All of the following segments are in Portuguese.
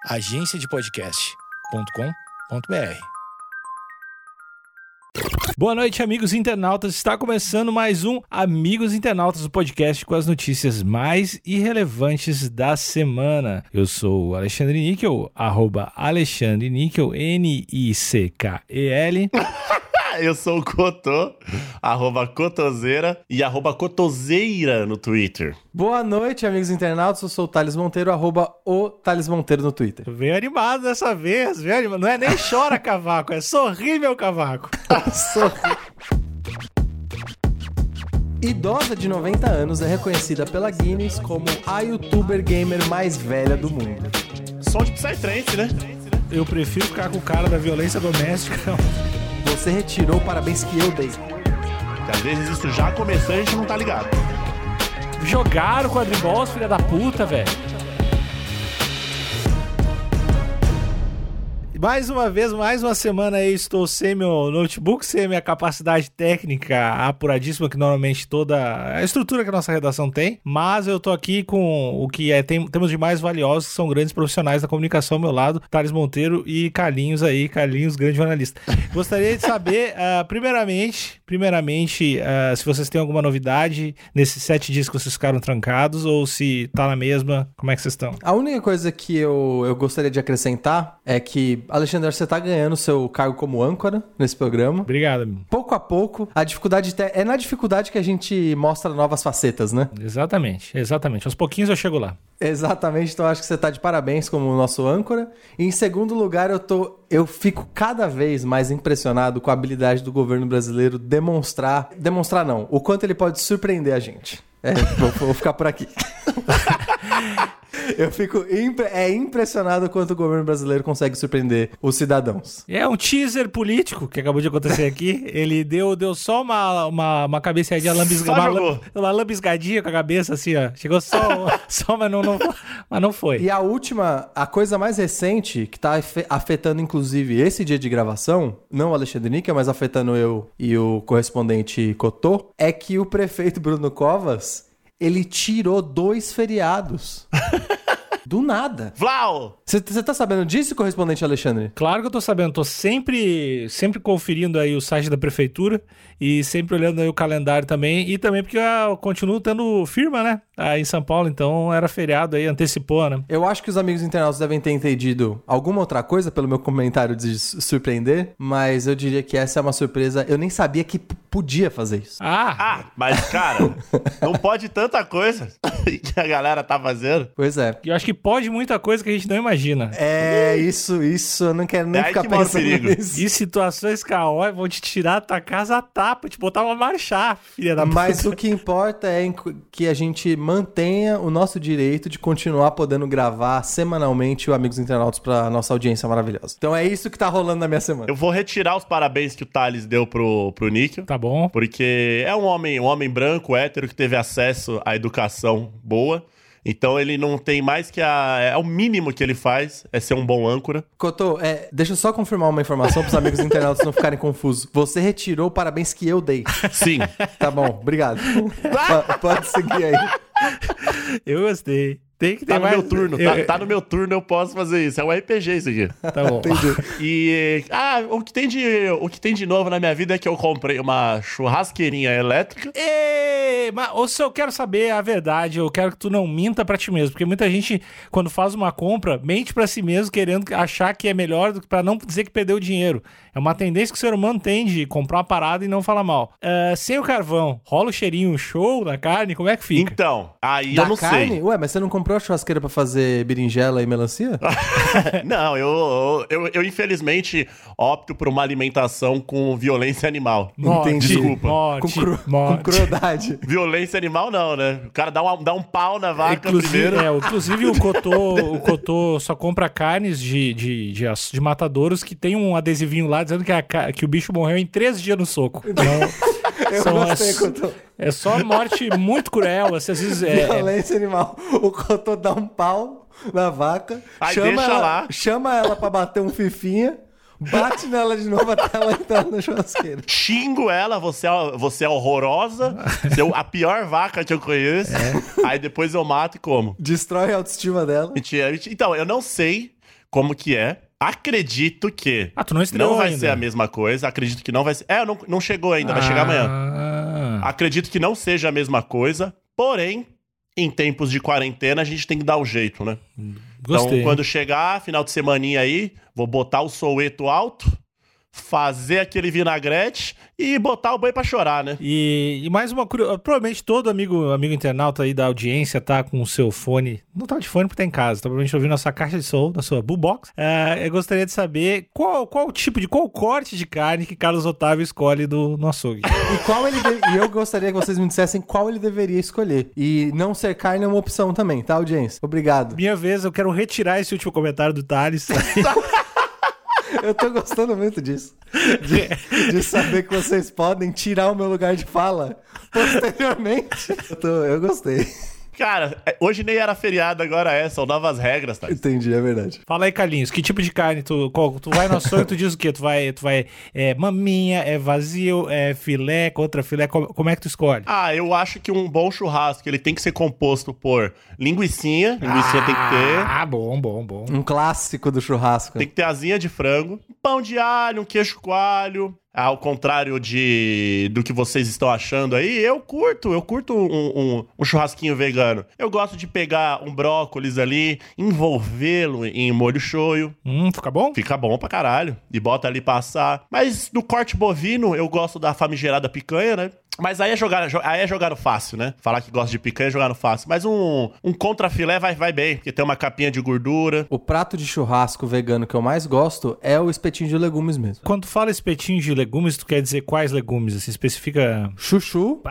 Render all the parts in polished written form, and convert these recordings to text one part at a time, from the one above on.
agenciadepodcast.com.br. Boa noite, amigos internautas. Está começando mais um Amigos Internautas, o podcast com as notícias mais irrelevantes da semana. Eu sou o Alexandre Níquel, @Alexandre Níquel, Nickel. Eu sou o Cotô, @Cotoseira e @Cotoseira no Twitter. Boa noite, amigos internautas. Eu sou o Thales Monteiro, @o Thales Monteiro no Twitter. Veio animado dessa vez, veio animado. Não é nem chora cavaco, é sorri meu cavaco. Sorri. Idosa de 90 anos é reconhecida pela Guinness como a youtuber gamer mais velha do mundo. Som de Psytrance, né? Eu prefiro ficar com o cara da violência doméstica. Você retirou o parabéns que eu dei. Que às vezes isso já começou e a gente não tá ligado. Jogaram quadribol, filha da puta, velho. Mais uma vez, mais uma semana aí, estou sem meu notebook, sem minha capacidade técnica apuradíssima, que normalmente toda a estrutura que a nossa redação tem, mas eu tô aqui com o que temos de mais valiosos, que são grandes profissionais da comunicação ao meu lado, Thales Monteiro e Carlinhos, grande jornalista. Gostaria de saber, primeiramente, se vocês têm alguma novidade nesses 7 dias que vocês ficaram trancados, ou se tá na mesma, como é que vocês estão? A única coisa que eu gostaria de acrescentar é que, Alexandre, você tá ganhando seu cargo como âncora nesse programa. Obrigado, amigo. Pouco a pouco, a dificuldade é na dificuldade que a gente mostra novas facetas, né? Exatamente. Aos pouquinhos eu chego lá. Exatamente, então acho que você tá de parabéns como o nosso âncora. E em segundo lugar, eu fico cada vez mais impressionado com a habilidade do governo brasileiro demonstrar não, o quanto ele pode surpreender a gente. Vou ficar por aqui. Eu fico impressionado quanto o governo brasileiro consegue surpreender os cidadãos. É um teaser político que acabou de acontecer aqui. Ele deu só uma cabeceadinha, uma lambisgadinha com a cabeça, assim, ó. Chegou só mas não foi. E a coisa mais recente, que tá afetando, inclusive, esse dia de gravação, não o Alexandre Níquel, mas afetando eu e o correspondente Cotô, é que o prefeito Bruno Covas, ele tirou 2 feriados. Do nada. Vlau! Você tá sabendo disso, correspondente Alexandre? Claro que eu tô sabendo. Tô sempre conferindo aí o site da prefeitura e sempre olhando aí o calendário também. E também porque eu continuo tendo firma, né? Aí em São Paulo, então era feriado aí, antecipou, né? Eu acho que os amigos internautas devem ter entendido alguma outra coisa pelo meu comentário de surpreender, mas eu diria que essa é uma surpresa. Eu nem sabia que podia fazer isso. Mas cara, não pode tanta coisa que a galera tá fazendo. Pois é. E eu acho que pode muita coisa que a gente não imagina. Isso, eu não quero nem ficar pensando nisso. E situações caóticas vão te tirar da tua casa a tapa, te botar uma marchar, filha da puta. Mas o que importa é que a gente mantenha o nosso direito de continuar podendo gravar semanalmente o Amigos Internautas pra nossa audiência maravilhosa. Então é isso que tá rolando na minha semana. Eu vou retirar os parabéns que o Thales deu pro Níquel. Tá bom. Porque é um homem branco, hétero, que teve acesso à educação boa. Então ele não tem mais que é o mínimo que ele faz, é ser um bom âncora. Cotô, deixa eu só confirmar uma informação pros amigos internautas não ficarem confusos. Você retirou o parabéns que eu dei. Sim. Tá bom, obrigado. Pode seguir aí. Eu gostei. Tem que ter no meu turno, tá no meu turno, eu posso fazer isso. É um RPG isso aqui. Tá bom. Entendi. E o que tem de novo na minha vida é que eu comprei uma churrasqueirinha elétrica. Mas eu quero saber a verdade, eu quero que tu não minta pra ti mesmo, porque muita gente, quando faz uma compra, mente pra si mesmo, querendo achar que é melhor, pra não dizer que perdeu dinheiro. É uma tendência que o ser humano tem de comprar uma parada e não falar mal. Sem o carvão, rola o cheirinho show na carne, como é que fica? Então, aí da eu não carne? sei. Ué, mas você não comprou a churrasqueira pra fazer berinjela e melancia? Não, eu infelizmente opto por uma alimentação com violência animal. Entendi. Desculpa. Com crueldade. Violência animal não, né? O cara dá um pau na vaca primeiro. Inclusive o Cotô só compra carnes de matadouros que tem um adesivinho lá dizendo que o bicho morreu em 3 dias no soco. Então, eu gostei, Cotô. É só morte muito cruel. Às vezes violência animal. O Cotô dá um pau na vaca, aí chama ela pra bater um fifinha, bate nela de novo até ela entrar na churrasqueira. Xingo ela, você é horrorosa, você é a pior vaca que eu conheço. Aí depois eu mato e como. Destrói a autoestima dela. Mentira. Então, eu não sei como que é. Acredito que Tu não estreou não vai ainda. ser a mesma coisa. Acredito que não vai ser... não chegou ainda, vai chegar amanhã. Acredito que não seja a mesma coisa. Porém, em tempos de quarentena, a gente tem que dar um jeito, né? Gostei. Então, quando chegar, final de semaninha aí, vou botar o soueto alto, fazer aquele vinagrete e botar o boi pra chorar, né? E mais uma curiosidade, provavelmente todo amigo internauta aí da audiência tá com o seu fone, não tá de fone porque tá em casa, tá provavelmente ouvindo a sua caixa de som, da sua boombox. Eu gostaria de saber qual corte de carne que Carlos Otávio escolhe no açougue. E eu gostaria que vocês me dissessem qual ele deveria escolher. E não ser carne é uma opção também, tá, audiência? Obrigado. Minha vez, eu quero retirar esse último comentário do Thales. Eu tô gostando muito disso. De saber que vocês podem tirar o meu lugar de fala posteriormente. Eu gostei. Cara, hoje nem era feriado, agora são novas regras, tá? Entendi, é verdade. Fala aí, Carlinhos, que tipo de carne tu vai no açougue e tu diz o quê? Tu vai maminha, é vazio, é filé, contra filé, como é que tu escolhe? Eu acho que um bom churrasco, ele tem que ser composto por linguicinha tem que ter. Bom. Um clássico do churrasco. Tem que ter asinha de frango, pão de alho, um queijo coalho. Ao contrário do que vocês estão achando aí, eu curto um churrasquinho vegano. Eu gosto de pegar um brócolis ali, envolvê-lo em molho shoyu. Fica bom? Fica bom pra caralho. E bota ali pra assar. Mas no corte bovino, eu gosto da famigerada picanha, né? Mas aí é jogar no fácil, né? Falar que gosta de picanha é jogar no fácil. Mas um contrafilé vai bem, porque tem uma capinha de gordura. O prato de churrasco vegano que eu mais gosto é o espetinho de legumes mesmo. Quando tu fala espetinho de legumes, tu quer dizer quais legumes? Assim, especifica... Chuchu.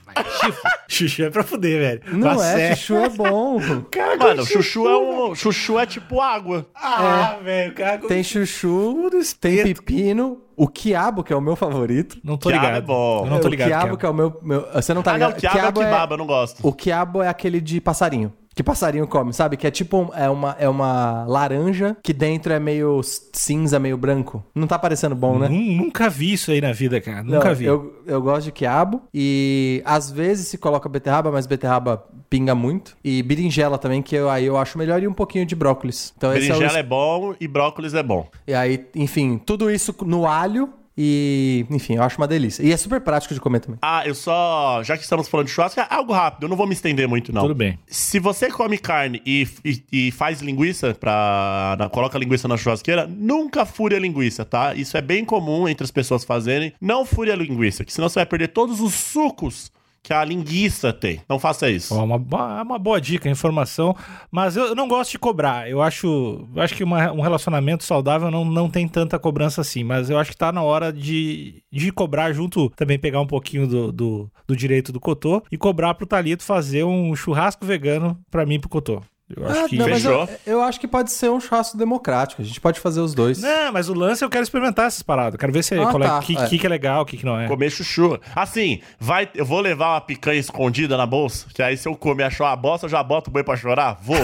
Chuchu é pra fuder, velho. Não chuchu é bom. Cara, mano, chuchu é tipo água. Velho, cara... Tem chuchu, tem pepino... O quiabo, que é o meu favorito. Não tô Quiabo ligado. é bom. Eu não tô ligado. O quiabo, que é o meu... Você não tá ligado? Não, quiabo é o kebab, eu não gosto. O quiabo é aquele de passarinho. Que passarinho come, sabe? Que é tipo... É uma laranja que dentro é meio cinza, meio branco. Não tá parecendo bom, né? Nunca vi isso aí na vida, cara. Nunca vi. Eu gosto de quiabo. E às vezes se coloca beterraba, mas beterraba pinga muito. E berinjela também, que aí eu acho melhor. E um pouquinho de brócolis. Então, berinjela é bom e brócolis é bom. E aí, enfim, tudo isso no alho... E, enfim, eu acho uma delícia. E é super prático de comer também. Já que estamos falando de churrasco, é algo rápido, eu não vou me estender muito, não. Tudo bem. Se você come carne e faz linguiça, coloca linguiça na churrasqueira, nunca fure a linguiça, tá? Isso é bem comum entre as pessoas fazerem. Não fure a linguiça, que senão você vai perder todos os sucos que a linguiça tem. Não faça isso. Uma boa dica, informação. Mas eu não gosto de cobrar. Eu acho que um relacionamento saudável não tem tanta cobrança assim. Mas eu acho que tá na hora de cobrar junto, também pegar um pouquinho do direito do Cotô e cobrar pro Thalito fazer um churrasco vegano pra mim e pro Cotô. Eu acho que... Fechou. Eu acho que pode ser um churrasco democrático. A gente pode fazer os dois. Não, mas o lance eu quero experimentar essas paradas. Eu quero ver se que é legal, o que não é. Comer chuchu. Assim, eu vou levar uma picanha escondida na bolsa, que aí se eu comer achar uma bosta, eu já boto o boi pra chorar? Vou.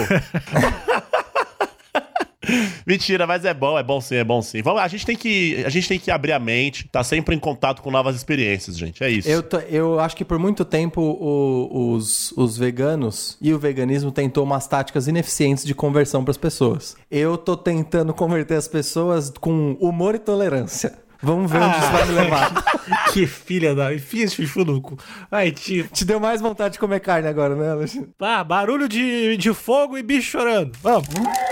Mentira, mas é bom sim. Vamos, a gente tem que abrir a mente, tá sempre em contato com novas experiências, gente, é isso. Eu acho que por muito tempo os veganos e o veganismo tentou umas táticas ineficientes de conversão pras pessoas. Eu tô tentando converter as pessoas com humor e tolerância. Vamos ver onde isso vai me levar. Que filha da... Enfia esse chuchu no cu. Ai, tio. Te deu mais vontade de comer carne agora, né, Alexandre? Barulho de fogo e bicho chorando. Vamos.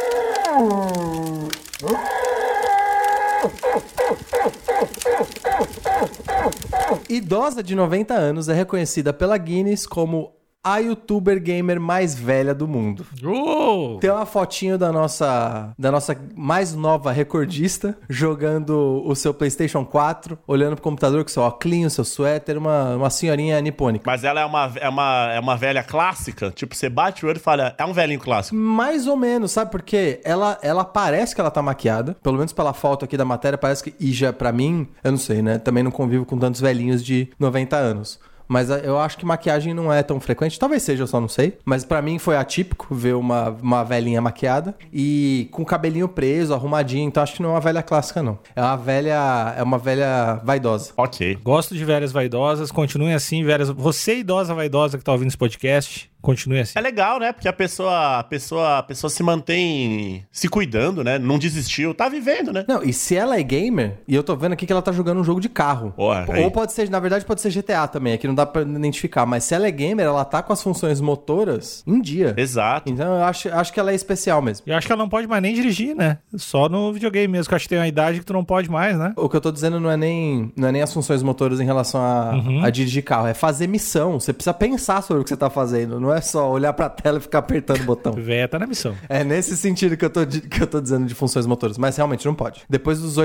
Idosa de 90 anos é reconhecida pela Guinness como a youtuber gamer mais velha do mundo. Tem uma fotinho da nossa mais nova recordista jogando o seu PlayStation 4, olhando pro computador com seu óculos, seu suéter, uma senhorinha nipônica. Mas ela é uma velha clássica? Tipo, você bate o olho e fala, é um velhinho clássico. Mais ou menos, sabe por quê? Ela parece que ela tá maquiada, pelo menos pela foto aqui da matéria, parece que, e já pra mim, eu não sei, né? Também não convivo com tantos velhinhos de 90 anos. Mas eu acho que maquiagem não é tão frequente. Talvez seja, eu só não sei. Mas pra mim foi atípico ver uma velhinha maquiada e com o cabelinho preso, arrumadinho. Então acho que não é uma velha clássica, não. É uma velha vaidosa. Ok. Gosto de velhas vaidosas. Continuem assim, velhas. Você, idosa vaidosa que tá ouvindo esse podcast, continue assim. É legal, né? Porque a pessoa se mantém se cuidando, né? Não desistiu, tá vivendo, né? Não, e se ela é gamer, e eu tô vendo aqui que ela tá jogando um jogo de carro. Porra, aí. Ou pode ser, na verdade, pode ser GTA também, aqui não dá pra identificar. Mas se ela é gamer, ela tá com as funções motoras em dia. Exato. Então eu acho que ela é especial mesmo. E eu acho que ela não pode mais nem dirigir, né? Só no videogame mesmo, que eu acho que tem uma idade que tu não pode mais, né? O que eu tô dizendo não é nem as funções motoras em relação a dirigir carro, é fazer missão. Você precisa pensar sobre o que você tá fazendo, não é só olhar pra tela e ficar apertando o botão. Véia tá na missão. É nesse sentido que eu tô dizendo de funções motoras, mas realmente não pode. Depois dos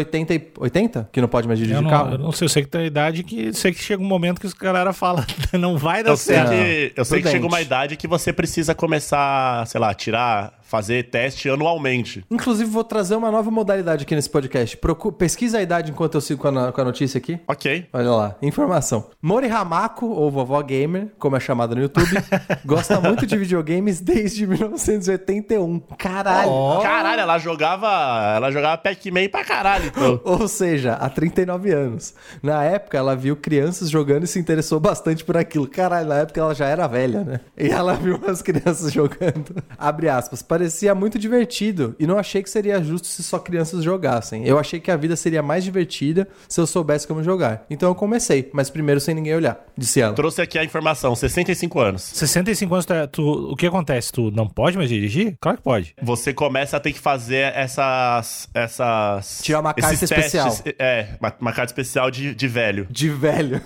80 que não pode mais dirigir carro? Eu não sei, eu sei que tem uma idade que sei que chega um momento que os galera fala, não vai dar certo. Eu sei que chega uma idade que você precisa começar, sei lá, fazer teste anualmente. Inclusive, vou trazer uma nova modalidade aqui nesse podcast. Pesquisa a idade enquanto eu sigo com a notícia aqui. Ok. Olha lá, informação. Mori Hamako, ou Vovó Gamer, como é chamada no YouTube, gosta muito de videogames desde 1981. Caralho! Caralho, ela jogava Pac-Man pra caralho, então. Ou seja, há 39 anos. Na época, ela viu crianças jogando e se interessou bastante por aquilo. Caralho, na época ela já era velha, né? E ela viu as crianças jogando. Abre aspas. Parecia muito divertido e não achei que seria justo se só crianças jogassem. Eu achei que a vida seria mais divertida se eu soubesse como jogar. Então eu comecei, mas primeiro sem ninguém olhar, disse ela. Trouxe aqui a informação, 65 anos. 65 anos, o que acontece? Tu não pode mais dirigir? Claro que pode. Você começa a ter que fazer essas tirar uma carta especial. Uma carta especial de velho. De velho.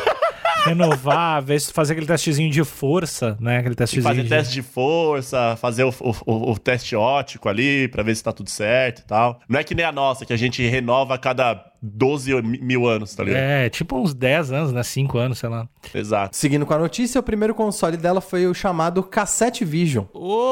Renovar, fazer aquele testezinho de força, né? Aquele testezinho fazer teste de força, fazer o teste óptico ali, pra ver se tá tudo certo e tal. Não é que nem a nossa, que a gente renova a cada 12 mil anos, tá ligado? É, tipo uns 10 anos, né? 5 anos, sei lá. Exato. Seguindo com a notícia, o primeiro console dela foi o chamado Cassette Vision.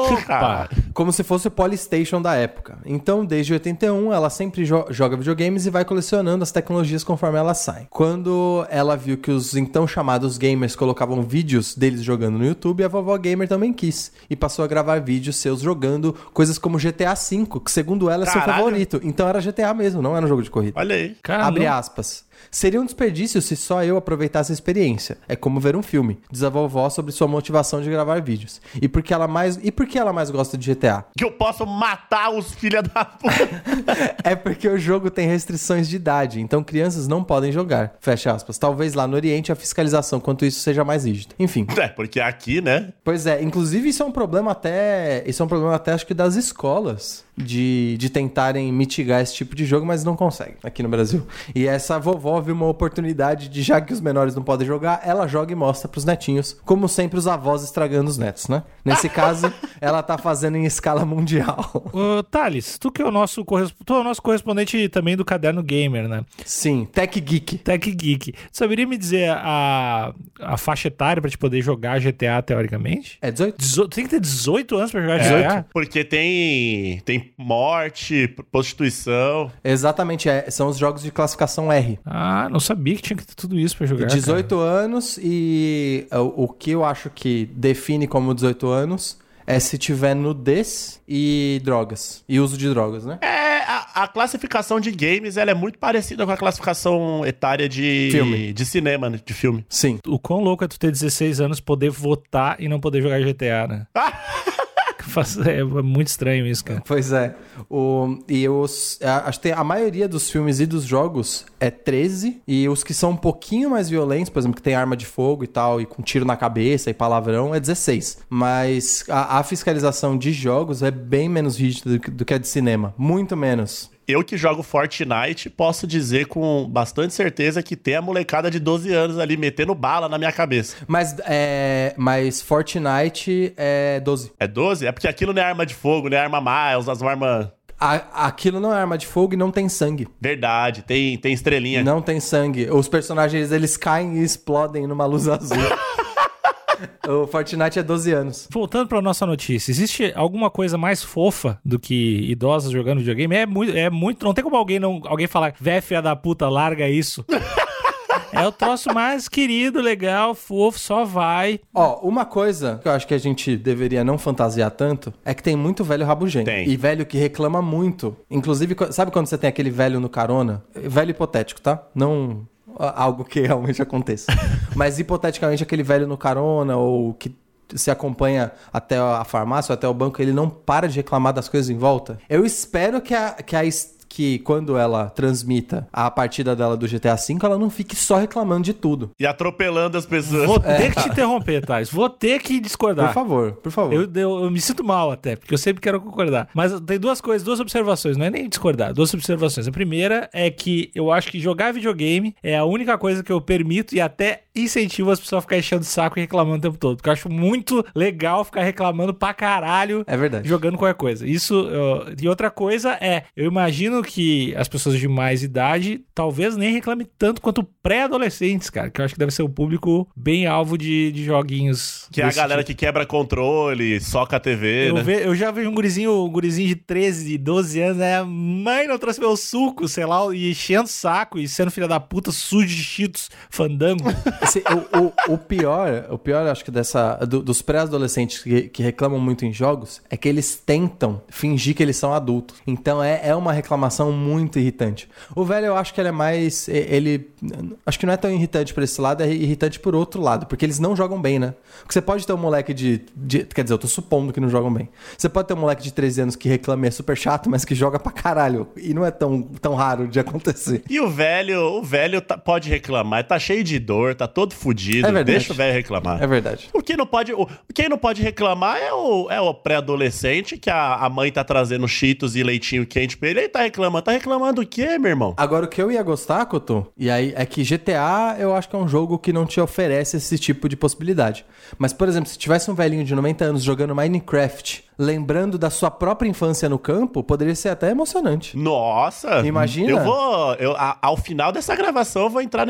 Opa! Como se fosse o Polystation da época. Então, desde 81, ela sempre joga videogames e vai colecionando as tecnologias conforme elas saem. Quando ela viu que os então chamados gamers colocavam vídeos deles jogando no YouTube, a vovó gamer também quis. E passou a gravar vídeos seus jogando coisas como GTA V, que segundo ela é seu favorito. Então era GTA mesmo, não era um jogo de corrida. Olha aí. Caramba. Abre aspas. Seria um desperdício se só eu aproveitasse a experiência. É como ver um filme. Diz a vovó sobre sua motivação de gravar vídeos. E por que ela mais gosta de GTA? Que eu posso matar os filha da puta. É porque o jogo tem restrições de idade, então crianças não podem jogar. Fecha aspas. Talvez lá no Oriente a fiscalização quanto isso seja mais rígida. Enfim. É, porque aqui, né? Pois é, inclusive isso é um problema até acho que das escolas de tentarem mitigar esse tipo de jogo, mas não conseguem aqui no Brasil. E essa vovó viu uma oportunidade de, já que os menores não podem jogar, ela joga e mostra pros netinhos. Como sempre, os avós estragando os netos, né? Nesse caso, ela tá fazendo em escala mundial. Ô, Thales, tu que é o nosso correspondente também do Caderno Gamer, né? Sim, Tech Geek. Tech Geek. Saberia me dizer a faixa etária pra te poder jogar GTA, teoricamente? É 18? Tem que ter 18 anos pra jogar GTA? Porque tem morte, prostituição. Exatamente, são os jogos de classificação R. Ah, não sabia que tinha que ter tudo isso pra jogar. 18 cara. anos e o que eu acho que define como 18 anos é se tiver nudez e drogas. E uso de drogas, né? A classificação de games, ela é muito parecida com a classificação etária de filme. De cinema, né? De filme. Sim. O quão louco é tu ter 16 anos, poder votar e não poder jogar GTA, né? É muito estranho isso, cara. Pois é. Acho que a maioria dos filmes e dos jogos é 13. E os que são um pouquinho mais violentos, por exemplo, que tem arma de fogo e tal, e com tiro na cabeça e palavrão, é 16. Mas a fiscalização de jogos é bem menos rígida do que a de cinema. Muito menos. Eu que jogo Fortnite, posso dizer com bastante certeza que tem a molecada de 12 anos ali metendo bala na minha cabeça. Mas Fortnite é 12. É 12? É porque aquilo não é arma de fogo, não é arma Miles, as armas... Aquilo não é arma de fogo e não tem sangue. Verdade, tem estrelinha. Não tem sangue. Os personagens, eles caem e explodem numa luz azul. O Fortnite é 12 anos. Voltando pra nossa notícia, existe alguma coisa mais fofa do que idosos jogando videogame? É muito. Não tem como alguém falar, véi, filha da puta, larga isso. É o troço mais querido, legal, fofo, só vai. Uma coisa que eu acho que a gente deveria não fantasiar tanto é que tem muito velho rabugento. Tem. E velho que reclama muito. Inclusive, sabe quando você tem aquele velho no carona? Velho hipotético, tá? Não algo que realmente aconteça. Mas hipoteticamente aquele velho no carona ou que se acompanha até a farmácia ou até o banco, ele não para de reclamar das coisas em volta. Eu espero que quando ela transmita a partida dela do GTA V, ela não fique só reclamando de tudo. E atropelando as pessoas. Vou ter que te interromper, Thales. Vou ter que discordar. Por favor. Eu me sinto mal até, porque eu sempre quero concordar. Mas tem duas observações, não é nem discordar, duas observações. A primeira é que eu acho que jogar videogame é a única coisa que eu permito e até incentivo as pessoas a ficar enchendo o saco e reclamando o tempo todo. Porque eu acho muito legal ficar reclamando pra caralho. É verdade. Jogando qualquer coisa. Isso, e outra coisa eu imagino que as pessoas de mais idade talvez nem reclamem tanto quanto pré-adolescentes, cara, que eu acho que deve ser um público bem alvo de joguinhos. Que é a galera que quebra controle, soca a TV, né? Eu já vi um gurizinho de 13, 12 anos, né? Mãe, não trouxe meu suco, sei lá, e enchendo o saco e sendo filha da puta, sujo de cheetos, fandango. O pior, acho que dos pré-adolescentes que reclamam muito em jogos é que eles tentam fingir que eles são adultos. Então é uma reclamação muito irritante. O velho, eu acho que ele é mais... acho que não é tão irritante por esse lado, é irritante por outro lado, porque eles não jogam bem, né? Porque você pode ter um moleque quer dizer, eu tô supondo que não jogam bem. Você pode ter um moleque de 13 anos que reclama e é super chato, mas que joga pra caralho. E não é tão raro de acontecer. E o velho pode reclamar, tá cheio de dor, tá todo fudido. É verdade. Deixa o velho reclamar. É verdade. Quem não pode reclamar é o pré-adolescente, que a mãe tá trazendo Cheetos e leitinho quente pra ele. Ele tá reclamando. Tá reclamando o quê, meu irmão? Agora, o que eu ia gostar, Couto, e aí é que GTA eu acho que é um jogo que não te oferece esse tipo de possibilidade. Mas, por exemplo, se tivesse um velhinho de 90 anos jogando Minecraft, lembrando da sua própria infância no campo, poderia ser até emocionante. Nossa! Imagina. Ao final dessa gravação, eu vou entrar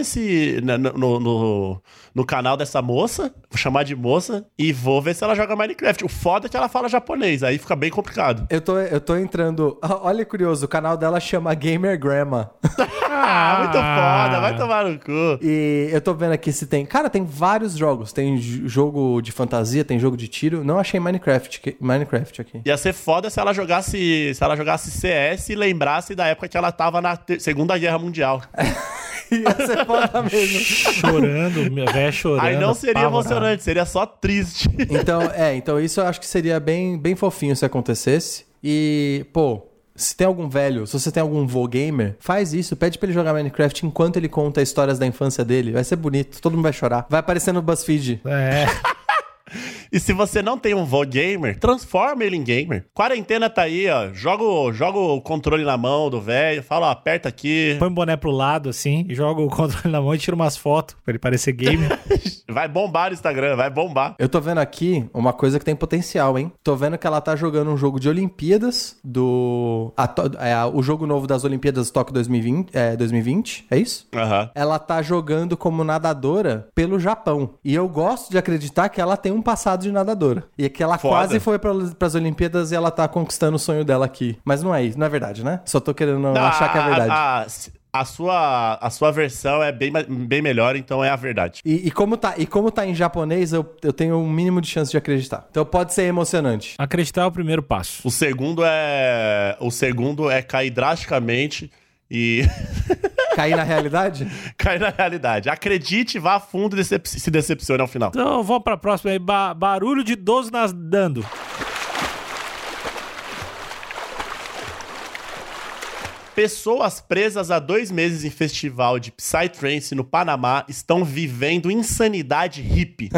no canal dessa moça, vou chamar de moça, e vou ver se ela joga Minecraft. O foda é que ela fala japonês, aí fica bem complicado. Eu tô entrando... Olha, curioso, o canal dela chama Gamer Grandma. Muito foda, vai tomar no cu. E eu tô vendo aqui se tem... Cara, tem vários jogos. Tem jogo de fantasia, tem jogo de tiro. Não achei Minecraft aqui. Ia ser foda se ela jogasse CS e lembrasse da época que ela tava na Segunda Guerra Mundial. Ia ser foda mesmo. Chorando, minha véia chorando. Aí não seria emocionante, seria só triste. Então isso eu acho que seria bem, bem fofinho se acontecesse. E, pô... Se você tem algum vô gamer, faz isso, pede pra ele jogar Minecraft enquanto ele conta histórias da infância dele. Vai ser bonito, todo mundo vai chorar. Vai aparecer no BuzzFeed. E se você não tem um vô gamer, transforma ele em gamer. Quarentena tá aí, ó. Joga o controle na mão do velho, fala, ó, aperta aqui. Põe o boné pro lado, assim, e joga o controle na mão e tira umas fotos pra ele parecer gamer. Vai bombar o Instagram, vai bombar. Eu tô vendo aqui uma coisa que tem potencial, hein? Tô vendo que ela tá jogando um jogo de Olimpíadas o jogo novo das Olimpíadas Tóquio 2020, é isso? Aham. Ela tá jogando como nadadora pelo Japão. E eu gosto de acreditar que ela tem um passado de nadadora. E que ela quase foi pras Olimpíadas e ela tá conquistando o sonho dela aqui. Mas não é isso, não é verdade, né? Só tô querendo achar que é verdade. A sua versão é bem melhor, então é a verdade. E como tá em japonês, eu tenho um mínimo de chance de acreditar. Então pode ser emocionante. Acreditar é o primeiro passo. O segundo é cair drasticamente e... Cair na realidade? Cair na realidade. Acredite, vá a fundo e se decepcione ao final. Então vamos pra próxima aí. Barulho de idoso nadando. Pessoas presas há 2 meses em festival de Psytrance no Panamá estão vivendo insanidade hippie.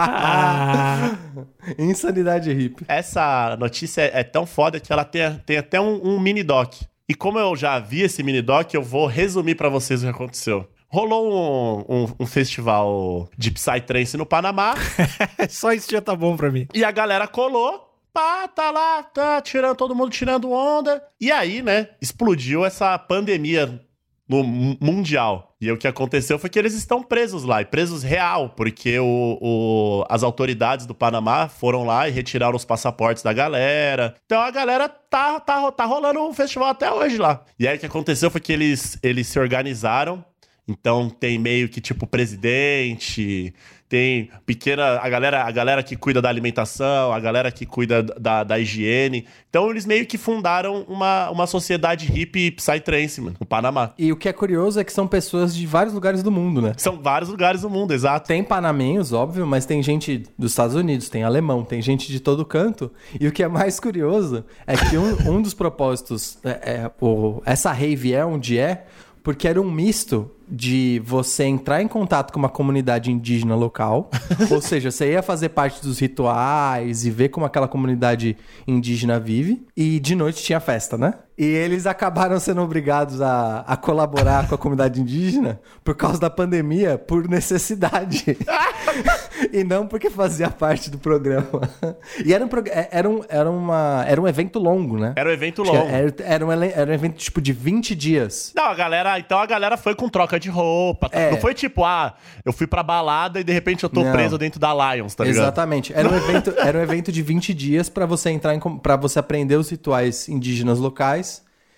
Insanidade hippie. Essa notícia é tão foda que ela tem até um mini-doc. E como eu já vi esse mini-doc, eu vou resumir pra vocês o que aconteceu. Rolou um festival de Psytrance no Panamá. Só isso já tá bom pra mim. E a galera colou. Tá lá, todo mundo tirando onda. E aí, né, explodiu essa pandemia no mundial. E o que aconteceu foi que eles estão presos lá, e presos real, porque as autoridades do Panamá foram lá e retiraram os passaportes da galera. Então a galera tá rolando um festival até hoje lá. E aí o que aconteceu foi que eles se organizaram. Então tem meio que tipo presidente, tem a galera que cuida da alimentação, a galera que cuida da higiene. Então eles meio que fundaram uma sociedade hippie psytrance, mano, no Panamá. E o que é curioso é que são pessoas de vários lugares do mundo, né? São vários lugares do mundo, exato. Tem panamenhos, óbvio, mas tem gente dos Estados Unidos, tem alemão, tem gente de todo canto. E o que é mais curioso é que um dos propósitos, essa rave é onde é, porque era um misto de você entrar em contato com uma comunidade indígena local, ou seja, você ia fazer parte dos rituais e ver como aquela comunidade indígena vive, e de noite tinha festa, né? E eles acabaram sendo obrigados a colaborar com a comunidade indígena por causa da pandemia, por necessidade. E não porque fazia parte do programa. E era um evento longo, né? Era um evento longo. Era um evento tipo de 20 dias. Não, a galera foi com troca de roupa. Tá? Não foi tipo, eu fui pra balada e de repente eu tô preso dentro da Lions, tá ligado? Exatamente. Era um evento de 20 dias pra você entrar pra você aprender os rituais indígenas locais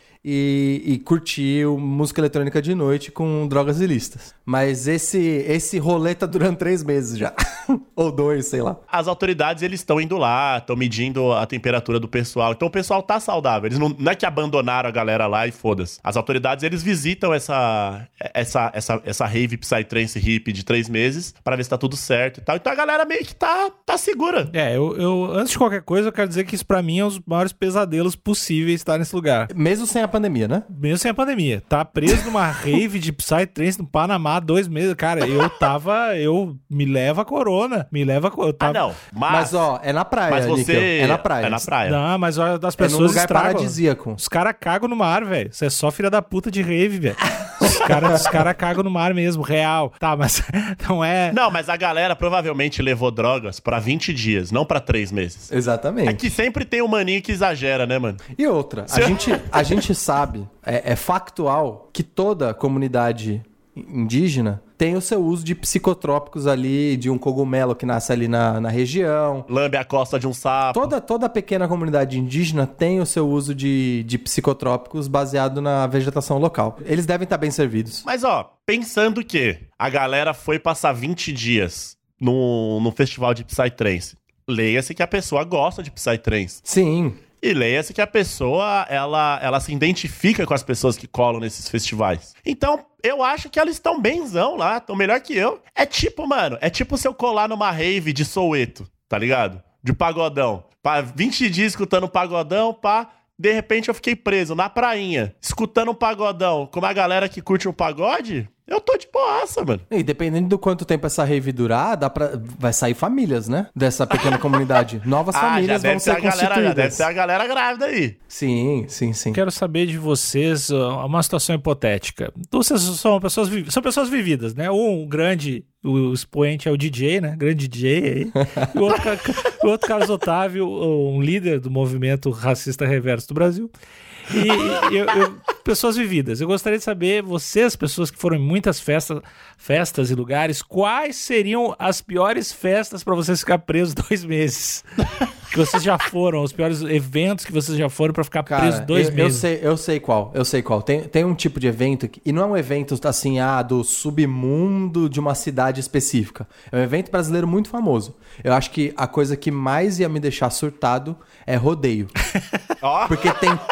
e curtir música eletrônica de noite com drogas ilícitas. Mas esse rolê tá durando 3 meses já. Ou 2, sei lá. As autoridades, eles estão indo lá, estão medindo a temperatura do pessoal. Então o pessoal tá saudável. Eles não é que abandonaram a galera lá e foda-se. As autoridades, eles visitam essa rave psytrance hippie de 3 meses pra ver se tá tudo certo e tal. Então a galera meio que tá segura. Eu antes de qualquer coisa, eu quero dizer que isso pra mim é um dos maiores pesadelos possíveis estar nesse lugar. Mesmo sem a pandemia, né? Mesmo sem a pandemia. Tá preso numa rave de psytrance no Panamá 2 meses. Cara, me leva a corona. Não. Mas é na praia, mas você... Níquel. É na praia. É na praia. Não, mas olha, das É num pessoas lugar estragam. paradisíaco. Os caras cagam no mar, velho. Você é só filha da puta de rave, velho. Os caras cagam no mar mesmo, real. Tá, mas não é... Não, mas a galera provavelmente levou drogas pra 20 dias, não pra 3 meses. Exatamente. É que sempre tem um maninho que exagera, né, mano? E outra, a gente sabe, é factual, que toda comunidade indígena tem o seu uso de psicotrópicos ali, de um cogumelo que nasce ali na região. Lambe a costa de um sapo. Toda pequena comunidade indígena tem o seu uso de psicotrópicos baseado na vegetação local. Eles devem estar bem servidos. Mas, pensando que a galera foi passar 20 dias no festival de Psytrance, leia-se que a pessoa gosta de Psytrance. Sim. E leia-se que a pessoa, ela se identifica com as pessoas que colam nesses festivais. Então, eu acho que elas estão benzão lá, estão melhor que eu. É tipo, mano, se eu colar numa rave de Soweto, tá ligado? De pagodão. 20 dias escutando pagodão, de repente eu fiquei preso na prainha, escutando um pagodão com uma galera que curte um pagode. Eu tô de boaça, mano. E dependendo do quanto tempo essa rave durar, vai sair famílias, né? Dessa pequena comunidade. Novas famílias vão ser constituídas. Já deve ser a galera grávida aí. Sim. Quero saber de vocês uma situação hipotética. Então, vocês são pessoas vividas, né? O expoente é o DJ, né? Grande DJ aí. E o outro Carlos Otávio, um líder do movimento racista reverso do Brasil. Pessoas vividas. Eu gostaria de saber, vocês, pessoas que foram em muitas festas e lugares, quais seriam as piores festas pra vocês ficar presos 2 meses? Que vocês já foram, os piores eventos que vocês já foram pra ficar preso 2 meses. Eu sei qual. Tem um tipo de evento, e não é um evento assim, do submundo de uma cidade específica. É um evento brasileiro muito famoso. Eu acho que a coisa que mais ia me deixar surtado é rodeio. Porque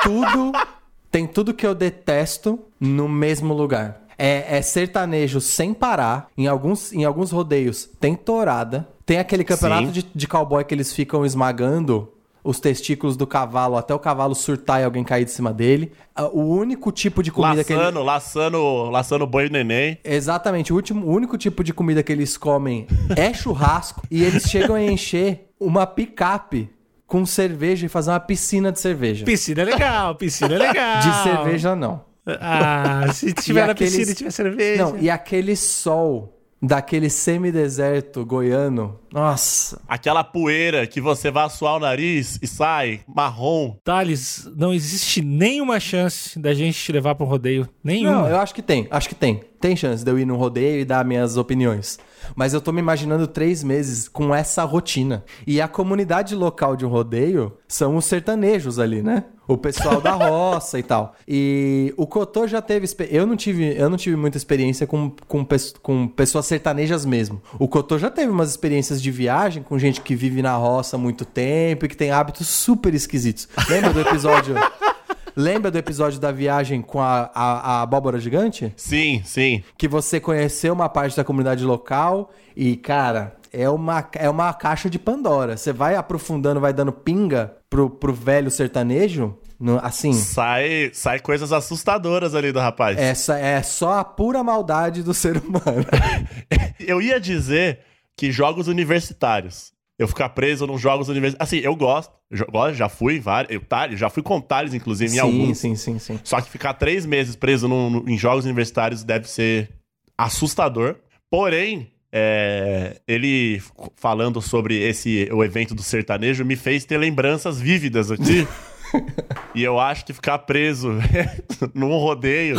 tem tudo que eu detesto no mesmo lugar. É sertanejo sem parar. Em alguns rodeios tem tourada. Tem aquele campeonato de cowboy que eles ficam esmagando os testículos do cavalo até o cavalo surtar e alguém cair de cima dele. O único tipo de comida laçando boi neném. Exatamente. O único tipo de comida que eles comem é churrasco. E eles chegam a encher uma picape com cerveja e fazer uma piscina de cerveja. Piscina é legal. De cerveja, não. Se tiver na piscina e tiver cerveja. Não, e aquele sol daquele semideserto goiano, nossa. Aquela poeira que você vai suar o nariz e sai marrom. Thales, não existe nenhuma chance da gente te levar para um rodeio. Nenhuma. Não, eu acho que tem. Tem chance de eu ir num rodeio e dar minhas opiniões. Mas eu tô me imaginando 3 meses com essa rotina. E a comunidade local de um rodeio são os sertanejos ali, né? O pessoal da roça e tal. E o Cotô já teve... Eu não tive muita experiência com pessoas sertanejas mesmo. O Cotô já teve umas experiências de viagem com gente que vive na roça há muito tempo e que tem hábitos super esquisitos. Lembra do episódio... Lembra do episódio da viagem com a abóbora gigante? Sim, sim. Que você conheceu uma parte da comunidade local e, cara, é uma caixa de Pandora. Você vai aprofundando, vai dando pinga pro velho sertanejo, assim... Sai coisas assustadoras ali do rapaz. Essa é só a pura maldade do ser humano. Eu ia dizer que jogos universitários. Eu ficar preso nos jogos universitários. Assim, eu gosto. Já fui vários. Já fui com Thales, inclusive, em alguns. Sim. Só que ficar 3 meses preso em jogos universitários deve ser assustador. Porém, ele falando sobre o evento do sertanejo me fez ter lembranças vívidas aqui. E eu acho que ficar preso num rodeio,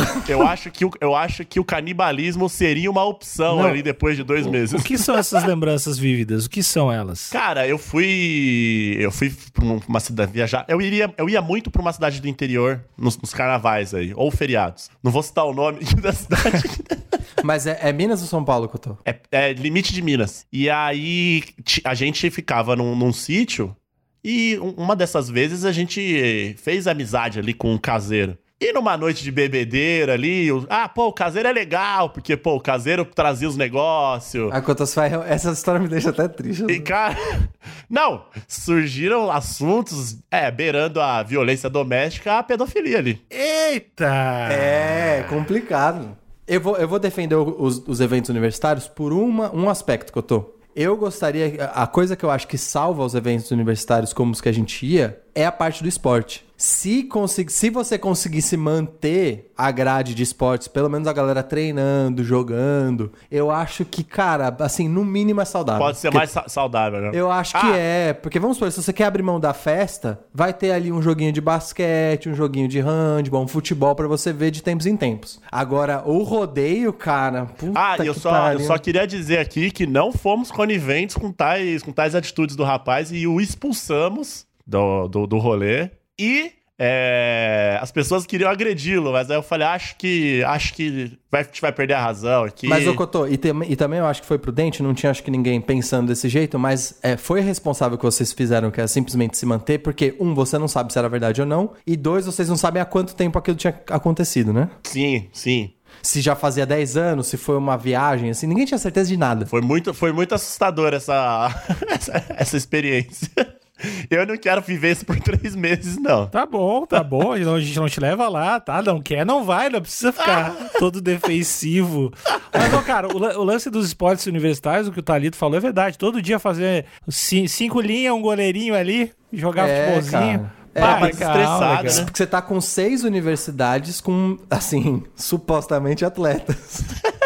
eu acho que o canibalismo seria uma opção ali depois de 2 meses. O que são essas lembranças vívidas? O que são elas? Cara, eu fui pra uma cidade viajar. Eu ia muito pra uma cidade do interior nos carnavais aí, ou feriados. Não vou citar o nome da cidade. Mas é Minas ou São Paulo que eu tô? É limite de Minas. E aí a gente ficava num sítio. E uma dessas vezes a gente fez amizade ali com um caseiro. E numa noite de bebedeira ali, o caseiro é legal, porque, o caseiro trazia os negócios. Essa história me deixa até triste. E, cara, não, surgiram assuntos, beirando a violência doméstica, a pedofilia ali. Eita! É, complicado. Eu vou defender os eventos universitários por um aspecto que eu tô. Eu gostaria... A coisa que eu acho que salva os eventos universitários como os que a gente ia é a parte do esporte. Se você conseguisse manter a grade de esportes, pelo menos a galera treinando, jogando, eu acho que, cara, assim, no mínimo é saudável. Pode ser mais saudável, né? Eu acho que porque vamos supor, se você quer abrir mão da festa, vai ter ali um joguinho de basquete, um joguinho de handball, um futebol pra você ver de tempos em tempos. Agora, o rodeio, cara... eu só queria dizer aqui que não fomos coniventes com tais atitudes do rapaz e o expulsamos do rolê. E as pessoas queriam agredi-lo, mas aí eu falei, acho que a gente vai perder a razão aqui. Mas, Cotô, e também eu acho que foi prudente, não tinha acho que ninguém pensando desse jeito, mas foi responsável que vocês fizeram, que é simplesmente se manter, porque, você não sabe se era verdade ou não, e 2, vocês não sabem há quanto tempo aquilo tinha acontecido, né? Sim. Se já fazia 10 anos, se foi uma viagem, assim, ninguém tinha certeza de nada. Foi muito assustador essa experiência. Eu não quero viver isso por 3 meses, não. Tá bom. A gente não te leva lá, tá? Não quer, não vai. Não precisa ficar todo defensivo. Mas, cara, o lance dos esportes universitários, o que o Thalito falou é verdade. Todo dia fazer 5 linhas, um goleirinho ali, jogar futebolzinho. Mais estressado, né? Porque você tá com 6 universidades com, assim, supostamente atletas.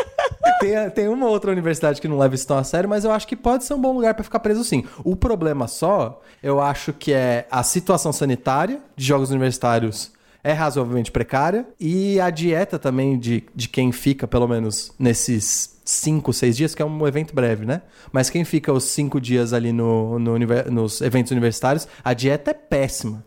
Tem uma outra universidade que não leva isso tão a sério, mas eu acho que pode ser um bom lugar pra ficar preso sim. O problema só, eu acho que é a situação sanitária de jogos universitários é razoavelmente precária e a dieta também de quem fica, pelo menos nesses 5, 6 dias, que é um evento breve, né? Mas quem fica os 5 dias ali nos eventos universitários, a dieta é péssima.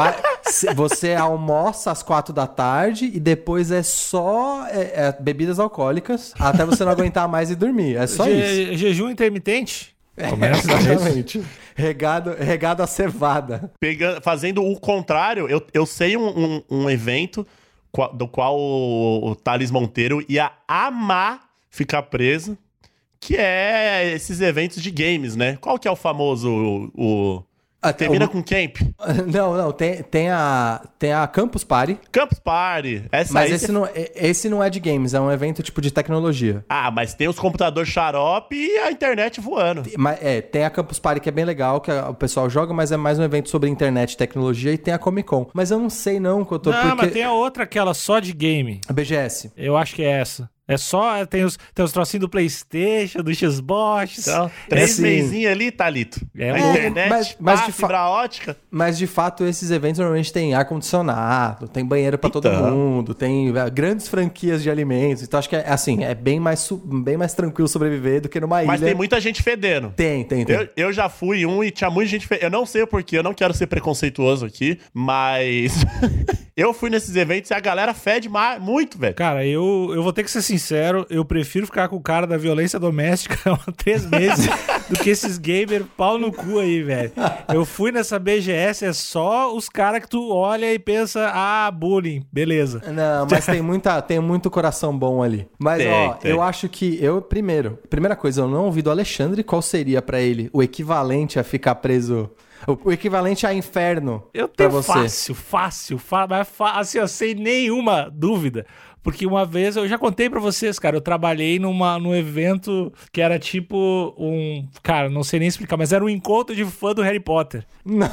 Você almoça às 4 da tarde e depois é só bebidas alcoólicas até você não aguentar mais e dormir. É só isso. Jejum intermitente? Começa exatamente. Regado a cevada. Fazendo o contrário, eu sei um evento do qual o Thales Monteiro ia amar ficar preso, que é esses eventos de games, né? Qual que é o famoso... Termina com camp? Não. Tem a Campus Party. Campus Party. Mas esse não é de games, é um evento tipo de tecnologia. Mas tem os computadores xarope e a internet voando. Tem a Campus Party que é bem legal, que o pessoal joga, mas é mais um evento sobre internet e tecnologia, e tem a Comic Con. Mas eu não sei não, que eu tô... Mas tem a outra, aquela só de game. A BGS. Eu acho que é essa. É só, tem os trocinhos do PlayStation, do Xbox. Então, 3 mesinhos ali, Thalito. A internet, fibra ótica. Mas de fato, esses eventos normalmente tem ar-condicionado, tem banheiro pra todo mundo, tem grandes franquias de alimentos. Então acho que é bem mais tranquilo sobreviver do que numa ilha. Mas tem muita gente fedendo. Tem. Eu já fui e tinha muita gente fedendo. Eu não sei o porquê, eu não quero ser preconceituoso aqui, mas eu fui nesses eventos e a galera fede muito, velho. Cara, eu vou ter que ser sincero, eu prefiro ficar com o cara da violência doméstica há 3 meses do que esses gamers pau no cu aí, velho. Eu fui nessa BGS, é só os caras que tu olha e pensa, bullying, beleza. Não, mas tem muito coração bom ali. Mas, eu acho que primeira coisa, eu não ouvi do Alexandre qual seria pra ele o equivalente a ficar preso... O equivalente a inferno eu tenho pra você. Fácil, assim, eu sem nenhuma dúvida. Porque uma vez, eu já contei pra vocês, cara, eu trabalhei num evento que era tipo cara, não sei nem explicar, mas era um encontro de fã do Harry Potter. Não.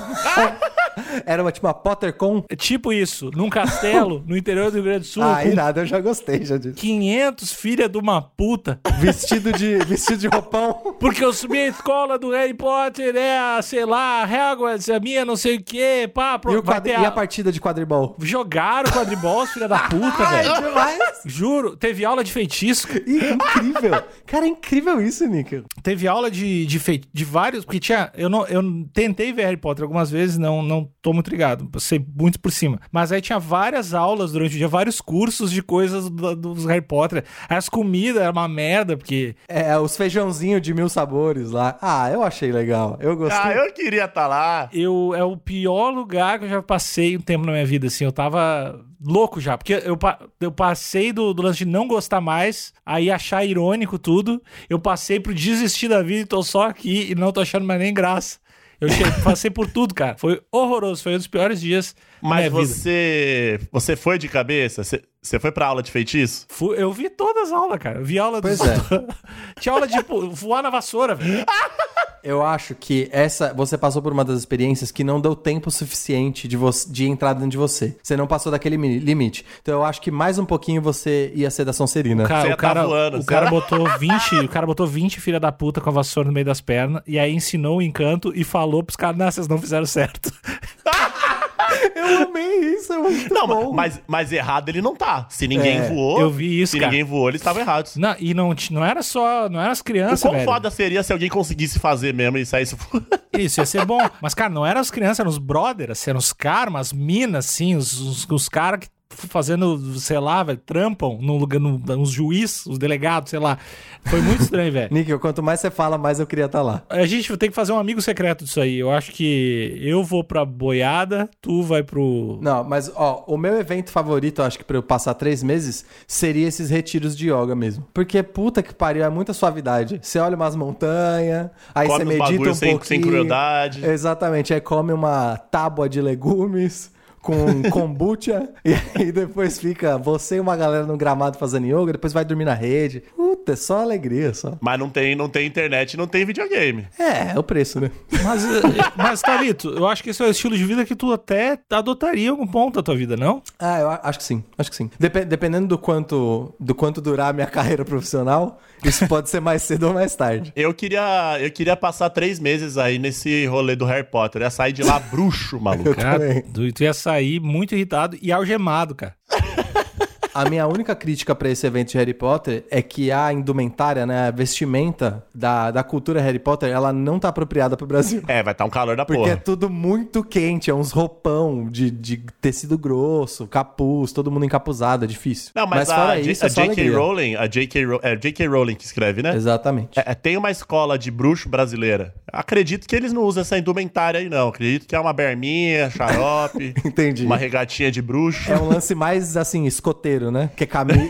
Era tipo uma PotterCon? Tipo isso, num castelo no interior do Rio Grande do Sul. Nada, eu já gostei já disso. 500 filha de uma puta. Vestido de roupão. Porque eu subi a escola do Harry Potter, sei lá, Hogwarts, a minha não sei o quê, pá. E a partida de quadribol? Jogaram quadribol, filha da puta, velho. Demais. Juro, teve aula de feitiço. Incrível. Cara, é incrível isso, Nico. Teve aula de vários, porque eu tentei ver Harry Potter algumas vezes, não tô muito ligado, sei muito por cima. Mas aí tinha várias aulas durante o dia, vários cursos de coisas dos Harry Potter. As comidas eram uma merda, porque... os feijãozinhos de 1000 sabores lá. Eu achei legal. Eu gostei. Eu queria estar lá. É o pior lugar que eu já passei um tempo na minha vida, assim. Eu tava louco já, porque eu passei do lance de não gostar mais, aí achar irônico tudo. Eu passei pro desistir da vida e tô só aqui e não tô achando mais nem graça. Eu passei por tudo, cara. Foi horroroso. Foi um dos piores dias da minha vida. Mas você foi de cabeça? Você foi pra aula de feitiço? Eu vi todas as aulas, cara. Eu vi aula Tinha aula de voar na vassoura, velho. Eu acho que você passou por uma das experiências que não deu tempo suficiente de entrar dentro de você. Você não passou daquele limite. Então eu acho que mais um pouquinho você ia ser da Sonserina. O cara botou 20 filha da puta com a vassoura no meio das pernas e aí ensinou o encanto e falou pros caras, vocês não fizeram certo. Eu amei isso, é muito bom. Mas errado ele não tá. Se ninguém voou... Eu vi isso, cara. Ninguém voou, eles estavam errados. Não, e não era as crianças, velho. O quão foda seria se alguém conseguisse fazer mesmo e saísse... Isso, ia ser bom. Mas, cara, não eram as crianças, eram os brothers, eram os caras, as minas, assim, os caras que fazendo, sei lá, velho, trampam no lugar, os juízes, os delegados, sei lá. Foi muito estranho, velho. Níquel, quanto mais você fala, mais eu queria estar lá. A gente tem que fazer um amigo secreto disso aí. Eu acho que eu vou pra boiada, tu vai pro... Não, mas, o meu evento favorito, eu acho que pra eu passar 3 meses, seria esses retiros de yoga mesmo. Porque, puta que pariu, é muita suavidade. Você olha umas montanhas, aí você medita um pouquinho. Sem crueldade. Exatamente, aí come uma tábua de legumes... com kombucha, e aí depois fica você e uma galera no gramado fazendo yoga, depois vai dormir na rede. Puta, é só alegria, só. Mas não tem internet, não tem videogame. É o preço, né? Mas Thalito, eu acho que esse é o estilo de vida que tu até adotaria em algum ponto da tua vida, não? Eu acho que sim, Dependendo do quanto durar a minha carreira profissional, isso pode ser mais cedo ou mais tarde. Eu queria passar 3 meses aí nesse rolê do Harry Potter. Eu ia sair de lá bruxo, maluco. Cara, tu ia sair muito irritado e algemado, cara. A minha única crítica pra esse evento de Harry Potter é que a indumentária, né, a vestimenta da cultura Harry Potter, ela não tá apropriada pro Brasil. Vai estar um calor da porra. Porque é tudo muito quente, é uns roupão de tecido grosso, capuz, todo mundo encapuzado, é difícil. Não, mas fora isso, a J.K. Rowling que escreve, né? Exatamente. Tem uma escola de bruxo brasileira. Acredito que eles não usam essa indumentária aí, não. Acredito que é uma berminha, xarope. Entendi. Uma regatinha de bruxo. É um lance mais, assim, escoteiro, né? Que é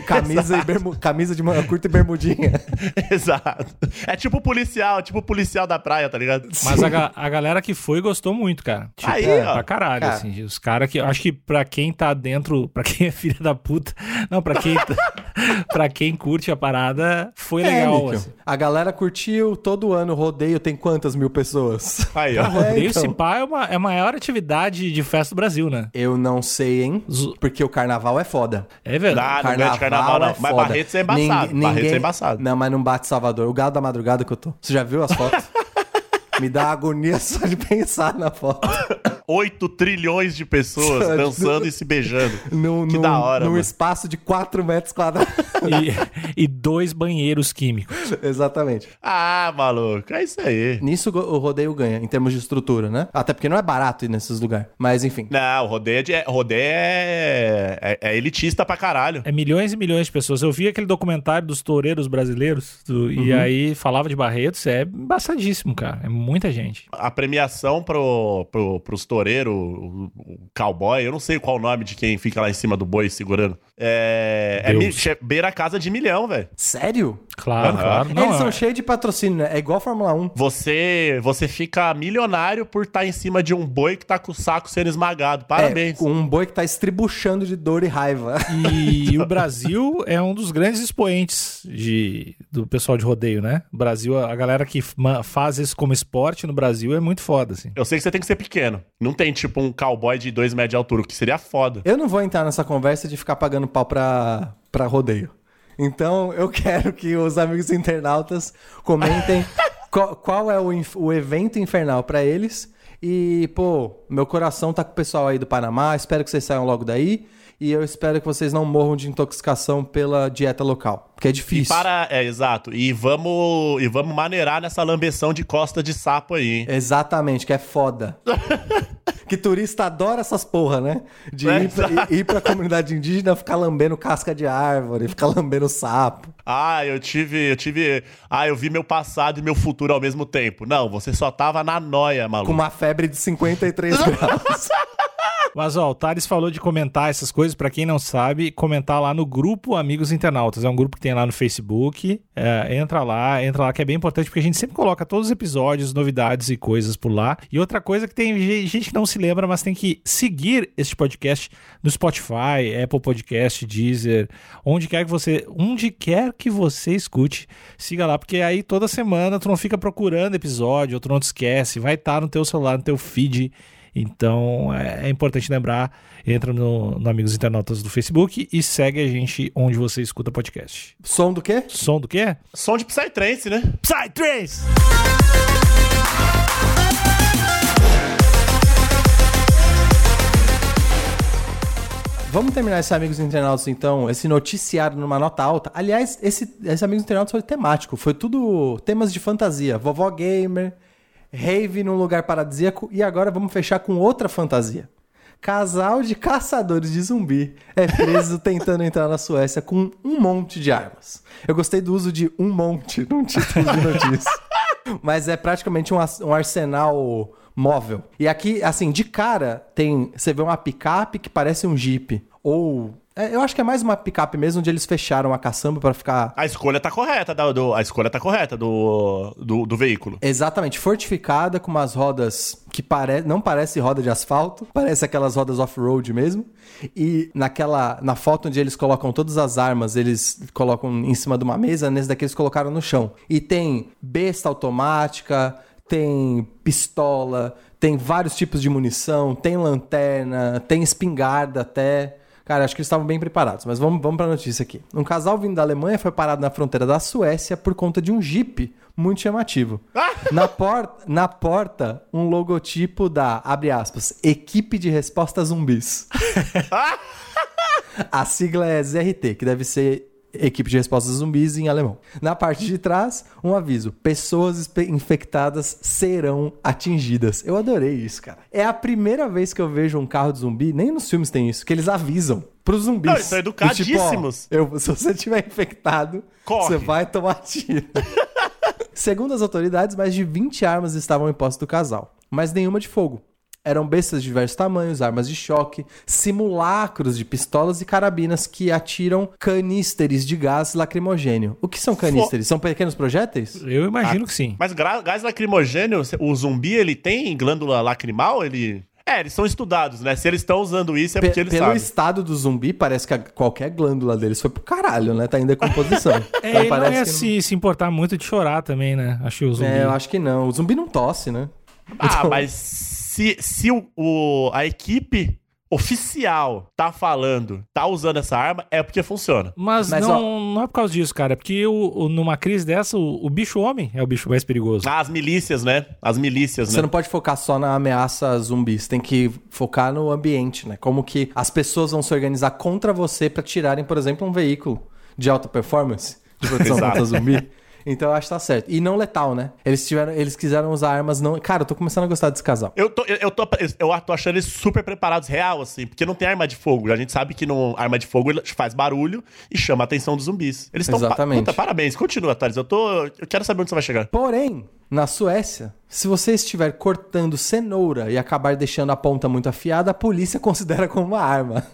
camisa de manga curta e bermudinha. Exato. É tipo policial da praia, tá ligado? Mas a galera que foi gostou muito, cara. Tipo, aí, pra caralho, cara. Assim. Os caras que... Acho que pra quem tá dentro... Pra quem é filha da puta... Não, pra quem... pra quem curte a parada, foi legal. Níquel. Assim. A galera curtiu, todo ano o rodeio tem quantas mil pessoas? Aí, ó. Rodeio então. Cipá é a maior atividade de festa do Brasil, né? Eu não sei, hein? Porque o carnaval é foda. É verdade. Não ganha de carnaval, não. Mas foda. Barretos é embaçado. Barretos é embaçado. Não, mas não bate Salvador. O gado da madrugada que eu tô. Você já viu as fotos? Me dá agonia só de pensar na foto. 8 trilhões de pessoas dançando e se beijando. Que da hora, num mano. espaço de 4 metros quadrados. E 2 banheiros químicos. Exatamente. Ah, maluco, é isso aí. Nisso o rodeio ganha, em termos de estrutura, né? Até porque não é barato ir nesses lugares. Mas enfim. Não, o rodeio é elitista pra caralho. É milhões e milhões de pessoas. Eu vi aquele documentário dos toureiros brasileiros e aí falava de Barretos. É embaçadíssimo, cara. É muita gente. A premiação pros toureiros, o cowboy, eu não sei qual o nome de quem fica lá em cima do boi segurando. Beira a casa de 1 milhão, velho. Sério? Claro, claro. Não, Eles são cheios de patrocínio, né? É igual a Fórmula 1. Você fica milionário por estar em cima de um boi que tá com o saco sendo esmagado. Parabéns. Com um boi que tá estribuchando de dor e raiva. E o Brasil é um dos grandes expoentes do pessoal de rodeio, né? O Brasil, a galera que faz isso como esporte no Brasil é muito foda, assim. Eu sei que você tem que ser pequeno. Não tem, tipo, um cowboy de 2 metros de altura, o que seria foda. Eu não vou entrar nessa conversa de ficar pagando pau pra rodeio. Então, eu quero que os amigos internautas comentem qual é o evento infernal pra eles. E, pô, meu coração tá com o pessoal aí do Panamá. Espero que vocês saiam logo daí. E eu espero que vocês não morram de intoxicação pela dieta local. Porque é difícil. Exato. E vamos maneirar nessa lambeção de costa de sapo aí, hein? Exatamente, que é foda. Que turista adora essas porra, né? De ir pra comunidade indígena, ficar lambendo casca de árvore, ficar lambendo sapo. Eu vi meu passado e meu futuro ao mesmo tempo. Não, você só tava na noia, maluco. Com uma febre de 53 graus. Mas, ó, o Thales falou de comentar essas coisas. Pra quem não sabe, comentar lá no grupo Amigos Internautas. É um grupo que tem lá no Facebook. Entra lá que é bem importante, porque a gente sempre coloca todos os episódios, novidades e coisas por lá. E outra coisa que tem gente que não se lembra, mas tem que seguir este podcast no Spotify, Apple Podcast, Deezer, onde quer que você escute, siga lá, porque aí toda semana tu não fica procurando episódio, ou tu não te esquece, vai estar no teu celular, no teu feed. Então é importante lembrar, entra no Amigos Internautas do Facebook e segue a gente onde você escuta podcast. Som do quê? Som do quê? Som de Psytrance, né? Psytrance! Vamos terminar esse Amigos Internautas, então, esse noticiário numa nota alta. Aliás, esse Amigos Internautas foi temático, foi tudo temas de fantasia. Vovó Gamer, rave num lugar paradisíaco, e agora vamos fechar com outra fantasia. Casal de caçadores de zumbi é preso tentando entrar na Suécia com um monte de armas. Eu gostei do uso de um monte num título de notícia. Mas é praticamente um arsenal móvel. E aqui, assim, de cara, você vê uma picape que parece um Jeep. Ou... eu acho que é mais uma picape mesmo, onde eles fecharam a caçamba pra ficar... A escolha tá correta do veículo. Exatamente, fortificada com umas rodas que não parece roda de asfalto, parece aquelas rodas off-road mesmo. E na foto onde eles colocam todas as armas, eles colocam em cima de uma mesa, nesse daqui eles colocaram no chão. E tem besta automática, tem pistola, tem vários tipos de munição, tem lanterna, tem espingarda até... Cara, acho que eles estavam bem preparados, mas vamos pra notícia aqui. Um casal vindo da Alemanha foi parado na fronteira da Suécia por conta de um Jeep muito chamativo. Na porta, um logotipo da, abre aspas, Equipe de Resposta Zumbis. A sigla é ZRT, que deve ser Equipe de Resposta Zumbis em alemão. Na parte de trás, um aviso. Pessoas infectadas serão atingidas. Eu adorei isso, cara. É a primeira vez que eu vejo um carro de zumbi, nem nos filmes tem isso, que eles avisam pros zumbis. Não, eles são educadíssimos. Tipo, se você estiver infectado, corre. Você vai tomar tiro. Segundo as autoridades, mais de 20 armas estavam em posse do casal, mas nenhuma de fogo. Eram bestas de diversos tamanhos, armas de choque, simulacros de pistolas e carabinas que atiram canísteres de gás lacrimogênio. O que são canísteres? São pequenos projéteis? Eu imagino que sim. Mas gás lacrimogênio, o zumbi, ele tem glândula lacrimal? Eles são estudados, né? Se eles estão usando isso, é porque eles Pelo sabem. estado do zumbi, parece que qualquer glândula deles foi pro caralho, né? Tá em decomposição. Então Ele não parece ia que se importar muito de chorar também, né? Acho que o zumbi. eu acho que não. O zumbi não tosse, né? Então- Mas se a equipe oficial tá falando, tá usando essa arma, é porque funciona. Mas não é por causa disso, cara. É porque numa crise dessa, o bicho-homem é o bicho mais perigoso. As milícias, né? Você não pode focar só na ameaça zumbi, você tem que focar no ambiente, né? Como que as pessoas vão se organizar contra você pra tirarem, por exemplo, um veículo de alta performance de proteção Exato. contra zumbi. Então eu acho que tá certo. E não letal, né? Eles quiseram usar armas não... Cara, eu tô começando a gostar desse casal. Eu tô achando eles super preparados, real, assim, porque não tem arma de fogo. A gente sabe que arma de fogo faz barulho e chama a atenção dos zumbis. Eles estão... Exatamente. Parabéns, continua, Thales. Eu quero saber onde você vai chegar. Porém, na Suécia, se você estiver cortando cenoura e acabar deixando a ponta muito afiada, a polícia considera como uma arma.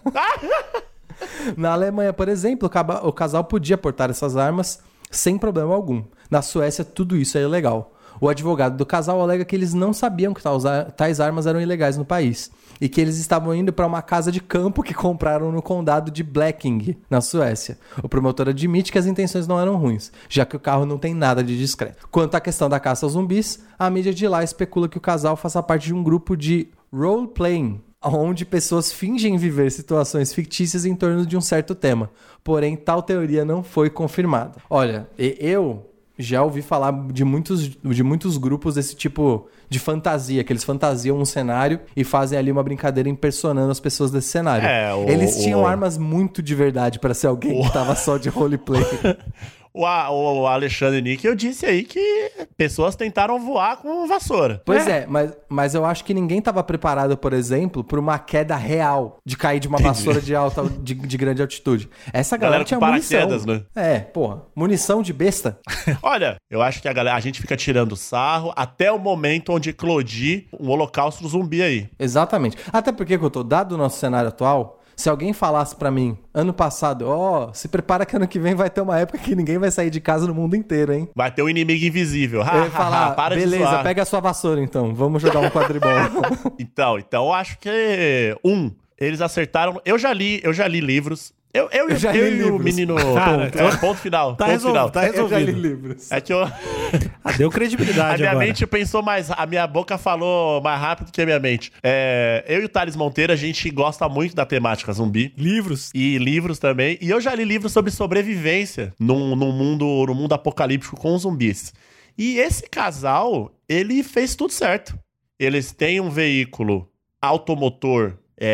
Na Alemanha, por exemplo, o casal podia portar essas armas sem problema algum. Na Suécia, tudo isso é ilegal. O advogado do casal alega que eles não sabiam que tais armas eram ilegais no país e que eles estavam indo para uma casa de campo que compraram no condado de Blekinge, na Suécia. O promotor admite que as intenções não eram ruins, já que o carro não tem nada de discreto. Quanto à questão da caça aos zumbis, a mídia de lá especula que o casal faça parte de um grupo de role-playing, onde pessoas fingem viver situações fictícias em torno de um certo tema. Porém, tal teoria não foi confirmada. Olha, eu já ouvi falar de muitos grupos desse tipo de fantasia, que eles fantasiam um cenário e fazem ali uma brincadeira impersonando as pessoas desse cenário. Eles tinham armas muito de verdade para ser alguém que tava só de roleplay. O Alexandre Níquel disse aí que pessoas tentaram voar com vassoura. Pois mas eu acho que ninguém estava preparado, por exemplo, por uma queda real de cair de uma vassoura de grande altitude. Essa galera tinha munição. Né? Munição de besta. Olha, eu acho que a gente fica tirando sarro até o momento onde eclodir um holocausto zumbi aí. Exatamente. Até porque, dado o nosso cenário atual, se alguém falasse pra mim, ano passado, se prepara que ano que vem vai ter uma época que ninguém vai sair de casa no mundo inteiro, hein? Vai ter um inimigo invisível. Eu ia falar, para de beleza, zoar. pega a sua vassoura então, vamos jogar um quadribol. Então, eu acho que eles acertaram. Eu já li livros. Eu e o menino. Cara, ponto final. Tá final. Tá resolvido. Eu já li livros. É que eu. Deu credibilidade A minha agora. mente pensou mais. A minha boca falou mais rápido que a minha mente. Eu e o Thales Monteiro, a gente gosta muito da temática zumbi. Livros. E livros também. E eu já li livros sobre sobrevivência no mundo apocalíptico com zumbis. E esse casal, ele fez tudo certo. Eles têm um veículo automotor.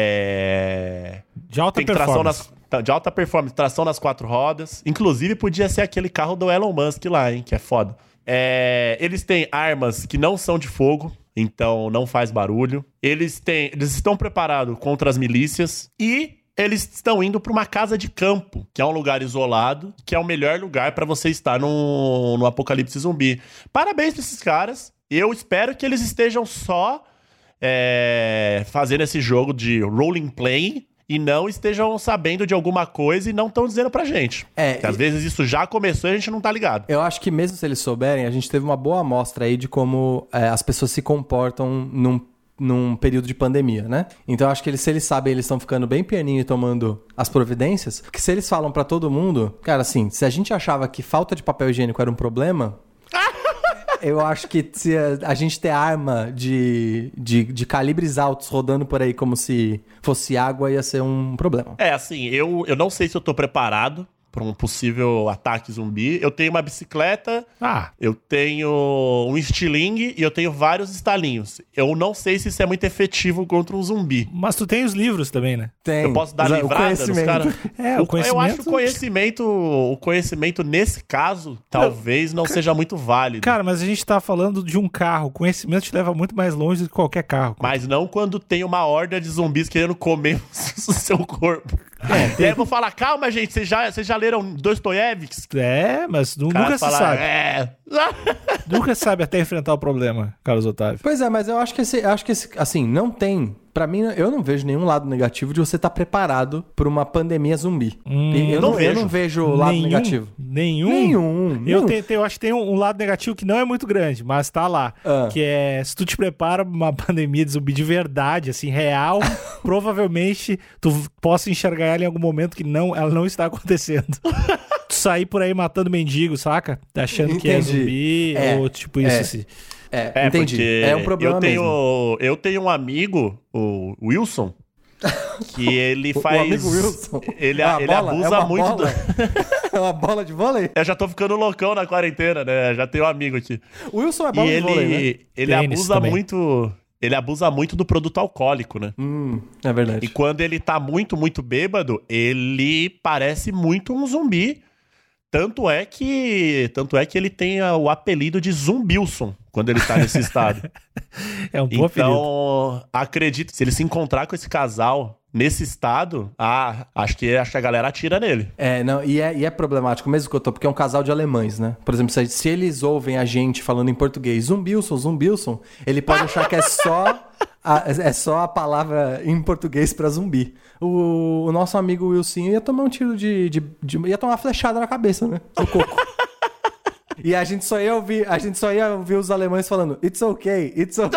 De alta Tem performance. De alta performance, tração nas 4 rodas. Inclusive, podia ser aquele carro do Elon Musk lá, hein? Que é foda. Eles têm armas que não são de fogo, então não faz barulho. Eles estão preparados contra as milícias e eles estão indo para uma casa de campo, que é um lugar isolado, que é o melhor lugar para você estar no apocalipse zumbi. Parabéns para esses caras. Eu espero que eles estejam só fazendo esse jogo de rolling play e não estejam sabendo de alguma coisa e não estão dizendo pra gente. Porque às vezes isso já começou e a gente não tá ligado. Eu acho que mesmo se eles souberem, a gente teve uma boa amostra aí de como as pessoas se comportam num período de pandemia, né? Então eu acho que se eles sabem, eles estão ficando bem pianinho e tomando as providências, que se eles falam pra todo mundo, cara, assim, se a gente achava que falta de papel higiênico era um problema... Eu acho que se a gente ter arma de calibres altos rodando por aí como se fosse água, ia ser um problema. Assim, eu não sei se eu tô preparado para um possível ataque zumbi. Eu tenho uma bicicleta, eu tenho um estilingue e eu tenho vários estalinhos. Eu não sei se isso é muito efetivo contra um zumbi. Mas tu tem os livros também, né? Tem. Eu posso dar livrada nos caras? O conhecimento... Eu acho que o conhecimento nesse caso talvez não seja muito válido. Cara, mas a gente tá falando de um carro. O conhecimento te leva muito mais longe do que qualquer carro. Mas não quando tem uma horda de zumbis querendo comer o seu corpo. E aí eu vou falar, calma, gente, vocês já leram Dostoiévski? Mas nunca se sabe. Nunca se sabe até enfrentar o problema, Carlos Otávio. Pois é, mas eu acho que esse assim, não tem Pra mim, eu não vejo nenhum lado negativo de você estar preparado pra uma pandemia zumbi. Eu não vejo o lado negativo. Nenhum. Eu acho que tem um lado negativo que não é muito grande, mas tá lá. Que é, se tu te prepara pra uma pandemia de zumbi de verdade, assim, real, provavelmente tu possa enxergar ela em algum momento que ela não está acontecendo. Tu sair por aí matando mendigo, saca? Achando que é zumbi, ou tipo isso assim. Entendi. É um problema mesmo. Eu tenho um amigo, o Wilson, que ele faz... O amigo Wilson? Ele abusa muito... É uma bola de vôlei? Eu já tô ficando loucão na quarentena, né? Já tenho um amigo aqui. O Wilson é bola de vôlei, né? Ele abusa muito... Ele abusa muito do produto alcoólico, né? É verdade. E quando ele tá muito, muito bêbado, ele parece muito um zumbi. Tanto é que ele tem o apelido de Zumbilson quando ele tá nesse estado. É um bom apelido. Então, acredito que se ele se encontrar com esse casal nesse estado, acho que a galera atira nele. E é problemático mesmo que eu tô, porque é um casal de alemães, né? Por exemplo, se eles ouvem a gente falando em português, Zumbilson, ele pode achar que é só a palavra em português pra zumbi. O nosso amigo Wilson ia tomar um tiro ia tomar uma flechada na cabeça, né? O coco. E a gente só ia ouvir os alemães falando, it's okay.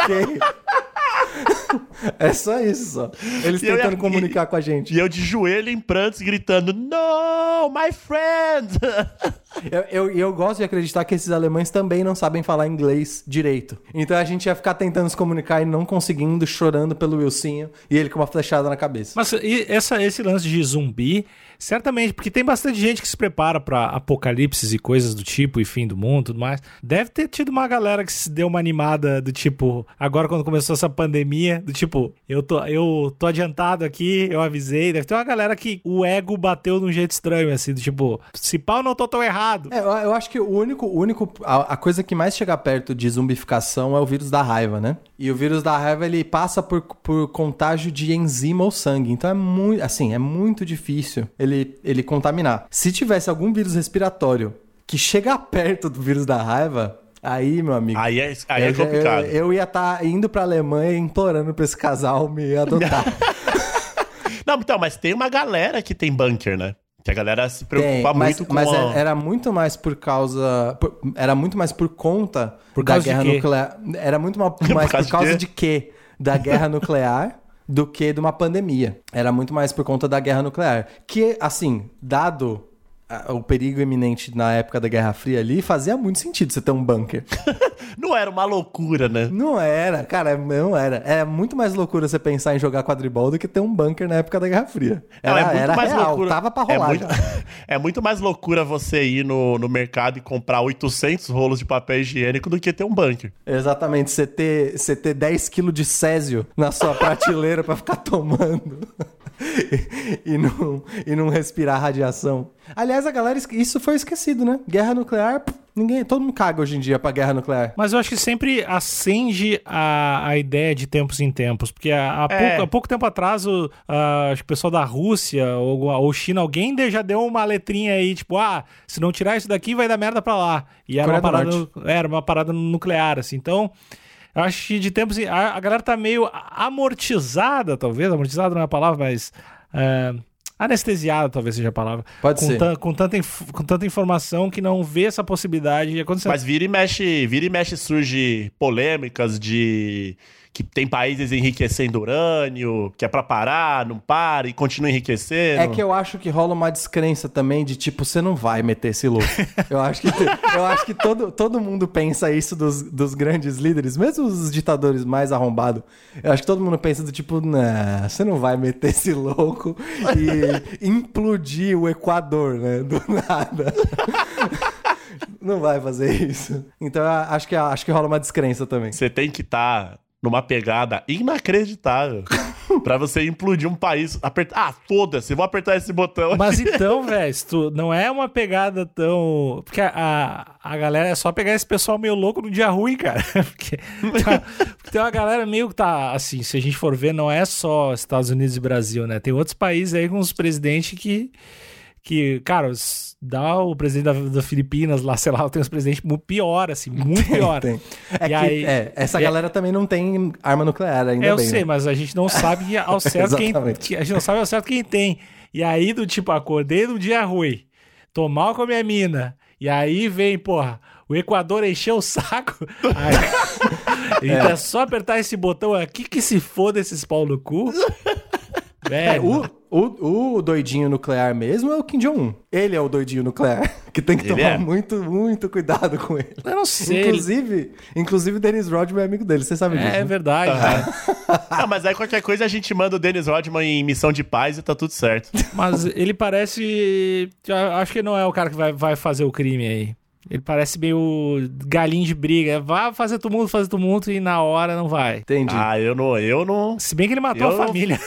É só isso, só. Eles tentando comunicar com a gente. E eu de joelho em prantos, gritando, no, my friend! Eu gosto de acreditar que esses alemães também não sabem falar inglês direito. Então a gente ia ficar tentando se comunicar e não conseguindo, chorando pelo Wilsinho e ele com uma flechada na cabeça. Mas esse lance de zumbi, certamente, porque tem bastante gente que se prepara pra apocalipses e coisas do tipo, e fim do mundo e tudo mais. Deve ter tido uma galera que se deu uma animada do tipo, agora quando começou essa pandemia, do tipo, eu tô adiantado aqui, eu avisei. Deve ter uma galera que o ego bateu de um jeito estranho, assim, do tipo, se pau não tô tão errado. Eu acho que a coisa que mais chega perto de zumbificação é o vírus da raiva, né? E o vírus da raiva, ele passa por contágio de enzima ou sangue. Então é muito difícil ele contaminar. Se tivesse algum vírus respiratório que chega perto do vírus da raiva, aí, meu amigo... Aí é complicado. Eu ia estar indo pra Alemanha implorando pra esse casal me adotar. Não, então, mas tem uma galera que tem bunker, né? Que a galera se preocupa muito com... Mas era muito mais por causa... Era muito mais por conta da guerra nuclear. Era muito mais por causa de quê? Da guerra nuclear do que de uma pandemia. Era muito mais por conta da guerra nuclear. Que, assim, dado o perigo iminente na época da Guerra Fria ali, fazia muito sentido você ter um bunker. Não era uma loucura, né? Não era, cara, não era. É muito mais loucura você pensar em jogar quadribol do que ter um bunker na época da Guerra Fria. Era mais real, loucura. Tava pra rolar É muito mais loucura você ir no mercado e comprar 800 rolos de papel higiênico do que ter um bunker. Exatamente, você ter 10 quilos de césio na sua prateleira pra ficar tomando. e não respirar radiação. Aliás, a galera, isso foi esquecido, né? Guerra nuclear, todo mundo caga hoje em dia pra guerra nuclear. Mas eu acho que sempre acende a ideia de tempos em tempos, porque há pouco tempo atrás, acho que o pessoal da Rússia ou China, alguém já deu uma letrinha aí, tipo, se não tirar isso daqui vai dar merda pra lá. E era uma parada nuclear, assim, então... Eu acho que de tempos... A galera tá meio amortizada, talvez. Amortizada não é a palavra, mas... anestesiada, talvez seja a palavra. Pode ser. Com tanta informação que não vê essa possibilidade de acontecer. Mas vira e mexe surge polêmicas de... que tem países enriquecendo urânio, que é pra parar, não para e continua enriquecendo. É que eu acho que rola uma descrença também de tipo, você não vai meter esse louco. eu acho que todo mundo pensa isso dos grandes líderes, mesmo os ditadores mais arrombados. Eu acho que todo mundo pensa do tipo, você não vai meter esse louco e implodir o Equador, né? Do nada. Não vai fazer isso. Então eu acho que rola uma descrença também. Você tem que estar numa pegada inacreditável pra você implodir um país. Foda-se, vou apertar esse botão. Mas então, velho, não é uma pegada tão... Porque a galera é só pegar esse pessoal meio louco no dia ruim, cara. Porque tem uma galera meio que tá, assim, se a gente for ver, não é só Estados Unidos e Brasil, né? Tem outros países aí com os presidentes que que, cara, dá o presidente das Filipinas lá, sei lá, tem uns presidentes pior, assim, muito pior. Tem. Essa e galera também não tem arma nuclear ainda bem. Eu sei, mas a gente não sabe ao certo Exatamente. a gente não sabe ao certo quem tem. E aí, do tipo, acordei num dia ruim, tô mal com a minha mina, e aí vem, porra, o Equador encheu o saco, aí, é só apertar esse botão aqui que se foda esses pau no cu. O doidinho nuclear mesmo é o Kim Jong-un. Ele é o doidinho nuclear, que tem que tomar muito, muito cuidado com ele. Eu não sei. Inclusive o Dennis Rodman é amigo dele, você sabe disso. É verdade. Não, mas aí qualquer coisa a gente manda o Dennis Rodman em missão de paz e tá tudo certo. Mas ele parece... Acho que não é o cara que vai fazer o crime aí. Ele parece meio galinho de briga. Vai fazer tumulto e na hora não vai. Entendi. Eu não... Se bem que ele matou a família.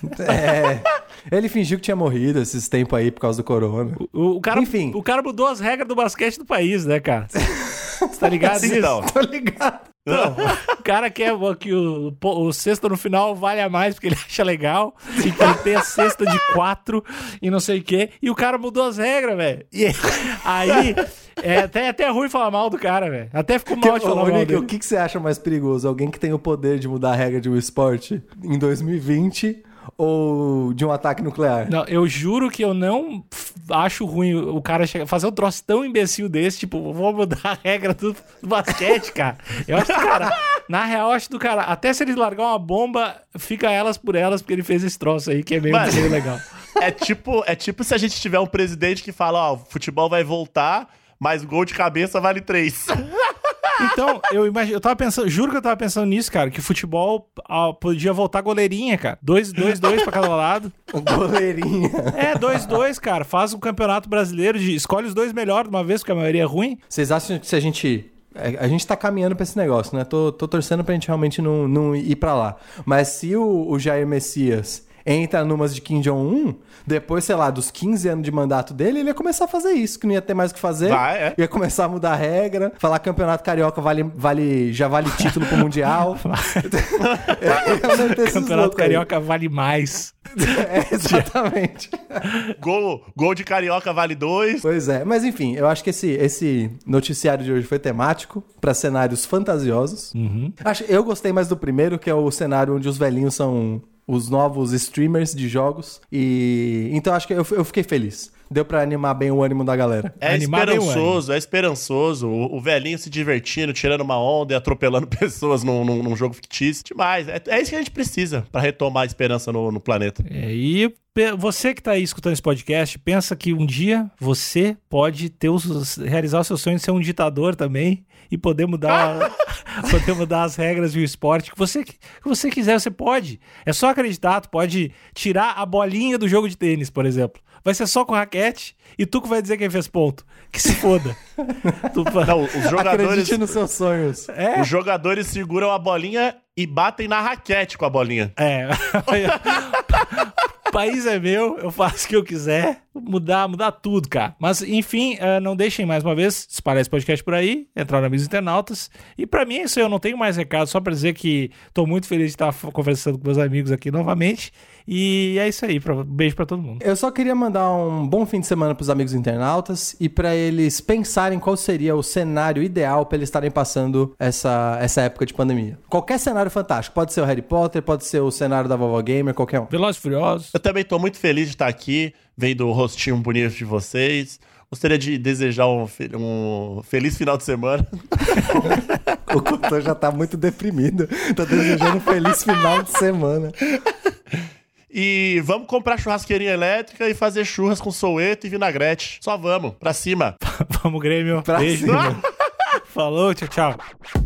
Ele fingiu que tinha morrido esses tempos aí por causa do corona. O cara, Enfim. O cara mudou as regras do basquete do país, né, cara? Você tá ligado nisso? Então. Tô ligado. Não, o cara quer que o cesta no final valha mais porque ele acha legal e que ele tem a cesta de 4 e não sei o quê. E o cara mudou as regras, velho. E aí, até ruim falar mal do cara, velho. Até ficou mal de falar mal dele. O que você acha mais perigoso? Alguém que tem o poder de mudar a regra de um esporte em 2020 ou de um ataque nuclear? Não, eu juro que eu não acho ruim o cara fazer um troço tão imbecil desse, tipo, vou mudar a regra do basquete, cara. Eu acho que, cara, na real, acho do cara, até se ele largar uma bomba, fica elas por elas, porque ele fez esse troço aí, que é meio legal. É tipo se a gente tiver um presidente que fala, ó, o futebol vai voltar, mas gol de cabeça vale 3. Então, eu tava pensando, juro que eu tava pensando nisso, cara, que futebol podia voltar goleirinha, cara. 2-2 pra cada lado. Goleirinha. 2-2, cara. Faz um campeonato brasileiro, escolhe os 2 melhores de uma vez, porque a maioria é ruim. Vocês acham que se a gente tá caminhando pra esse negócio, né? Tô torcendo pra gente realmente não ir pra lá. Mas se o Jair Messias entra numas de Kim Jong-un, depois, sei lá, dos 15 anos de mandato dele, ele ia começar a fazer isso, que não ia ter mais o que fazer. Ia começar a mudar a regra, falar que campeonato carioca já vale título pro Mundial. Campeonato carioca vale mais. Exatamente. Gol de carioca vale 2. Pois é, mas enfim, eu acho que esse noticiário de hoje foi temático pra cenários fantasiosos. Uhum. Eu gostei mais do primeiro, que é o cenário onde os velhinhos são os novos streamers de jogos. E então acho que eu fiquei feliz. Deu pra animar bem o ânimo da galera. É esperançoso. O velhinho se divertindo, tirando uma onda e atropelando pessoas num jogo fictício. Demais. É isso que a gente precisa pra retomar a esperança no planeta. E você que tá aí escutando esse podcast, pensa que um dia você pode realizar o seu sonho de ser um ditador também e poder mudar as regras do esporte que você quiser, você pode. É só acreditar, tu pode tirar a bolinha do jogo de tênis, por exemplo. Vai ser só com raquete e tu que vai dizer quem fez ponto. Que se foda. Não, os jogadores... Acredite nos seus sonhos. Os jogadores seguram a bolinha e batem na raquete com a bolinha. O país é meu, eu faço o que eu quiser, mudar tudo, cara. Mas, enfim, não deixem mais uma vez espalhar esse podcast por aí, entrar nos Amigos Internautas. E pra mim é isso aí, eu não tenho mais recado, só pra dizer que tô muito feliz de estar conversando com meus amigos aqui novamente. E é isso aí, beijo pra todo mundo. Eu só queria mandar um bom fim de semana pros amigos internautas e pra eles pensarem qual seria o cenário ideal pra eles estarem passando essa época de pandemia. Qualquer cenário fantástico, pode ser o Harry Potter, pode ser o cenário da Vovó Gamer, qualquer um. Velozes e Furiosos. Eu também tô muito feliz de estar aqui, vendo o rostinho bonito de vocês. Gostaria de desejar um feliz final de semana. O Couto já tá muito deprimido. Tá desejando um feliz final de semana. E vamos comprar churrasqueirinha elétrica e fazer churras com soueto e vinagrete. Só vamos, pra cima. Vamos, Grêmio. Beijo. Falou, tchau.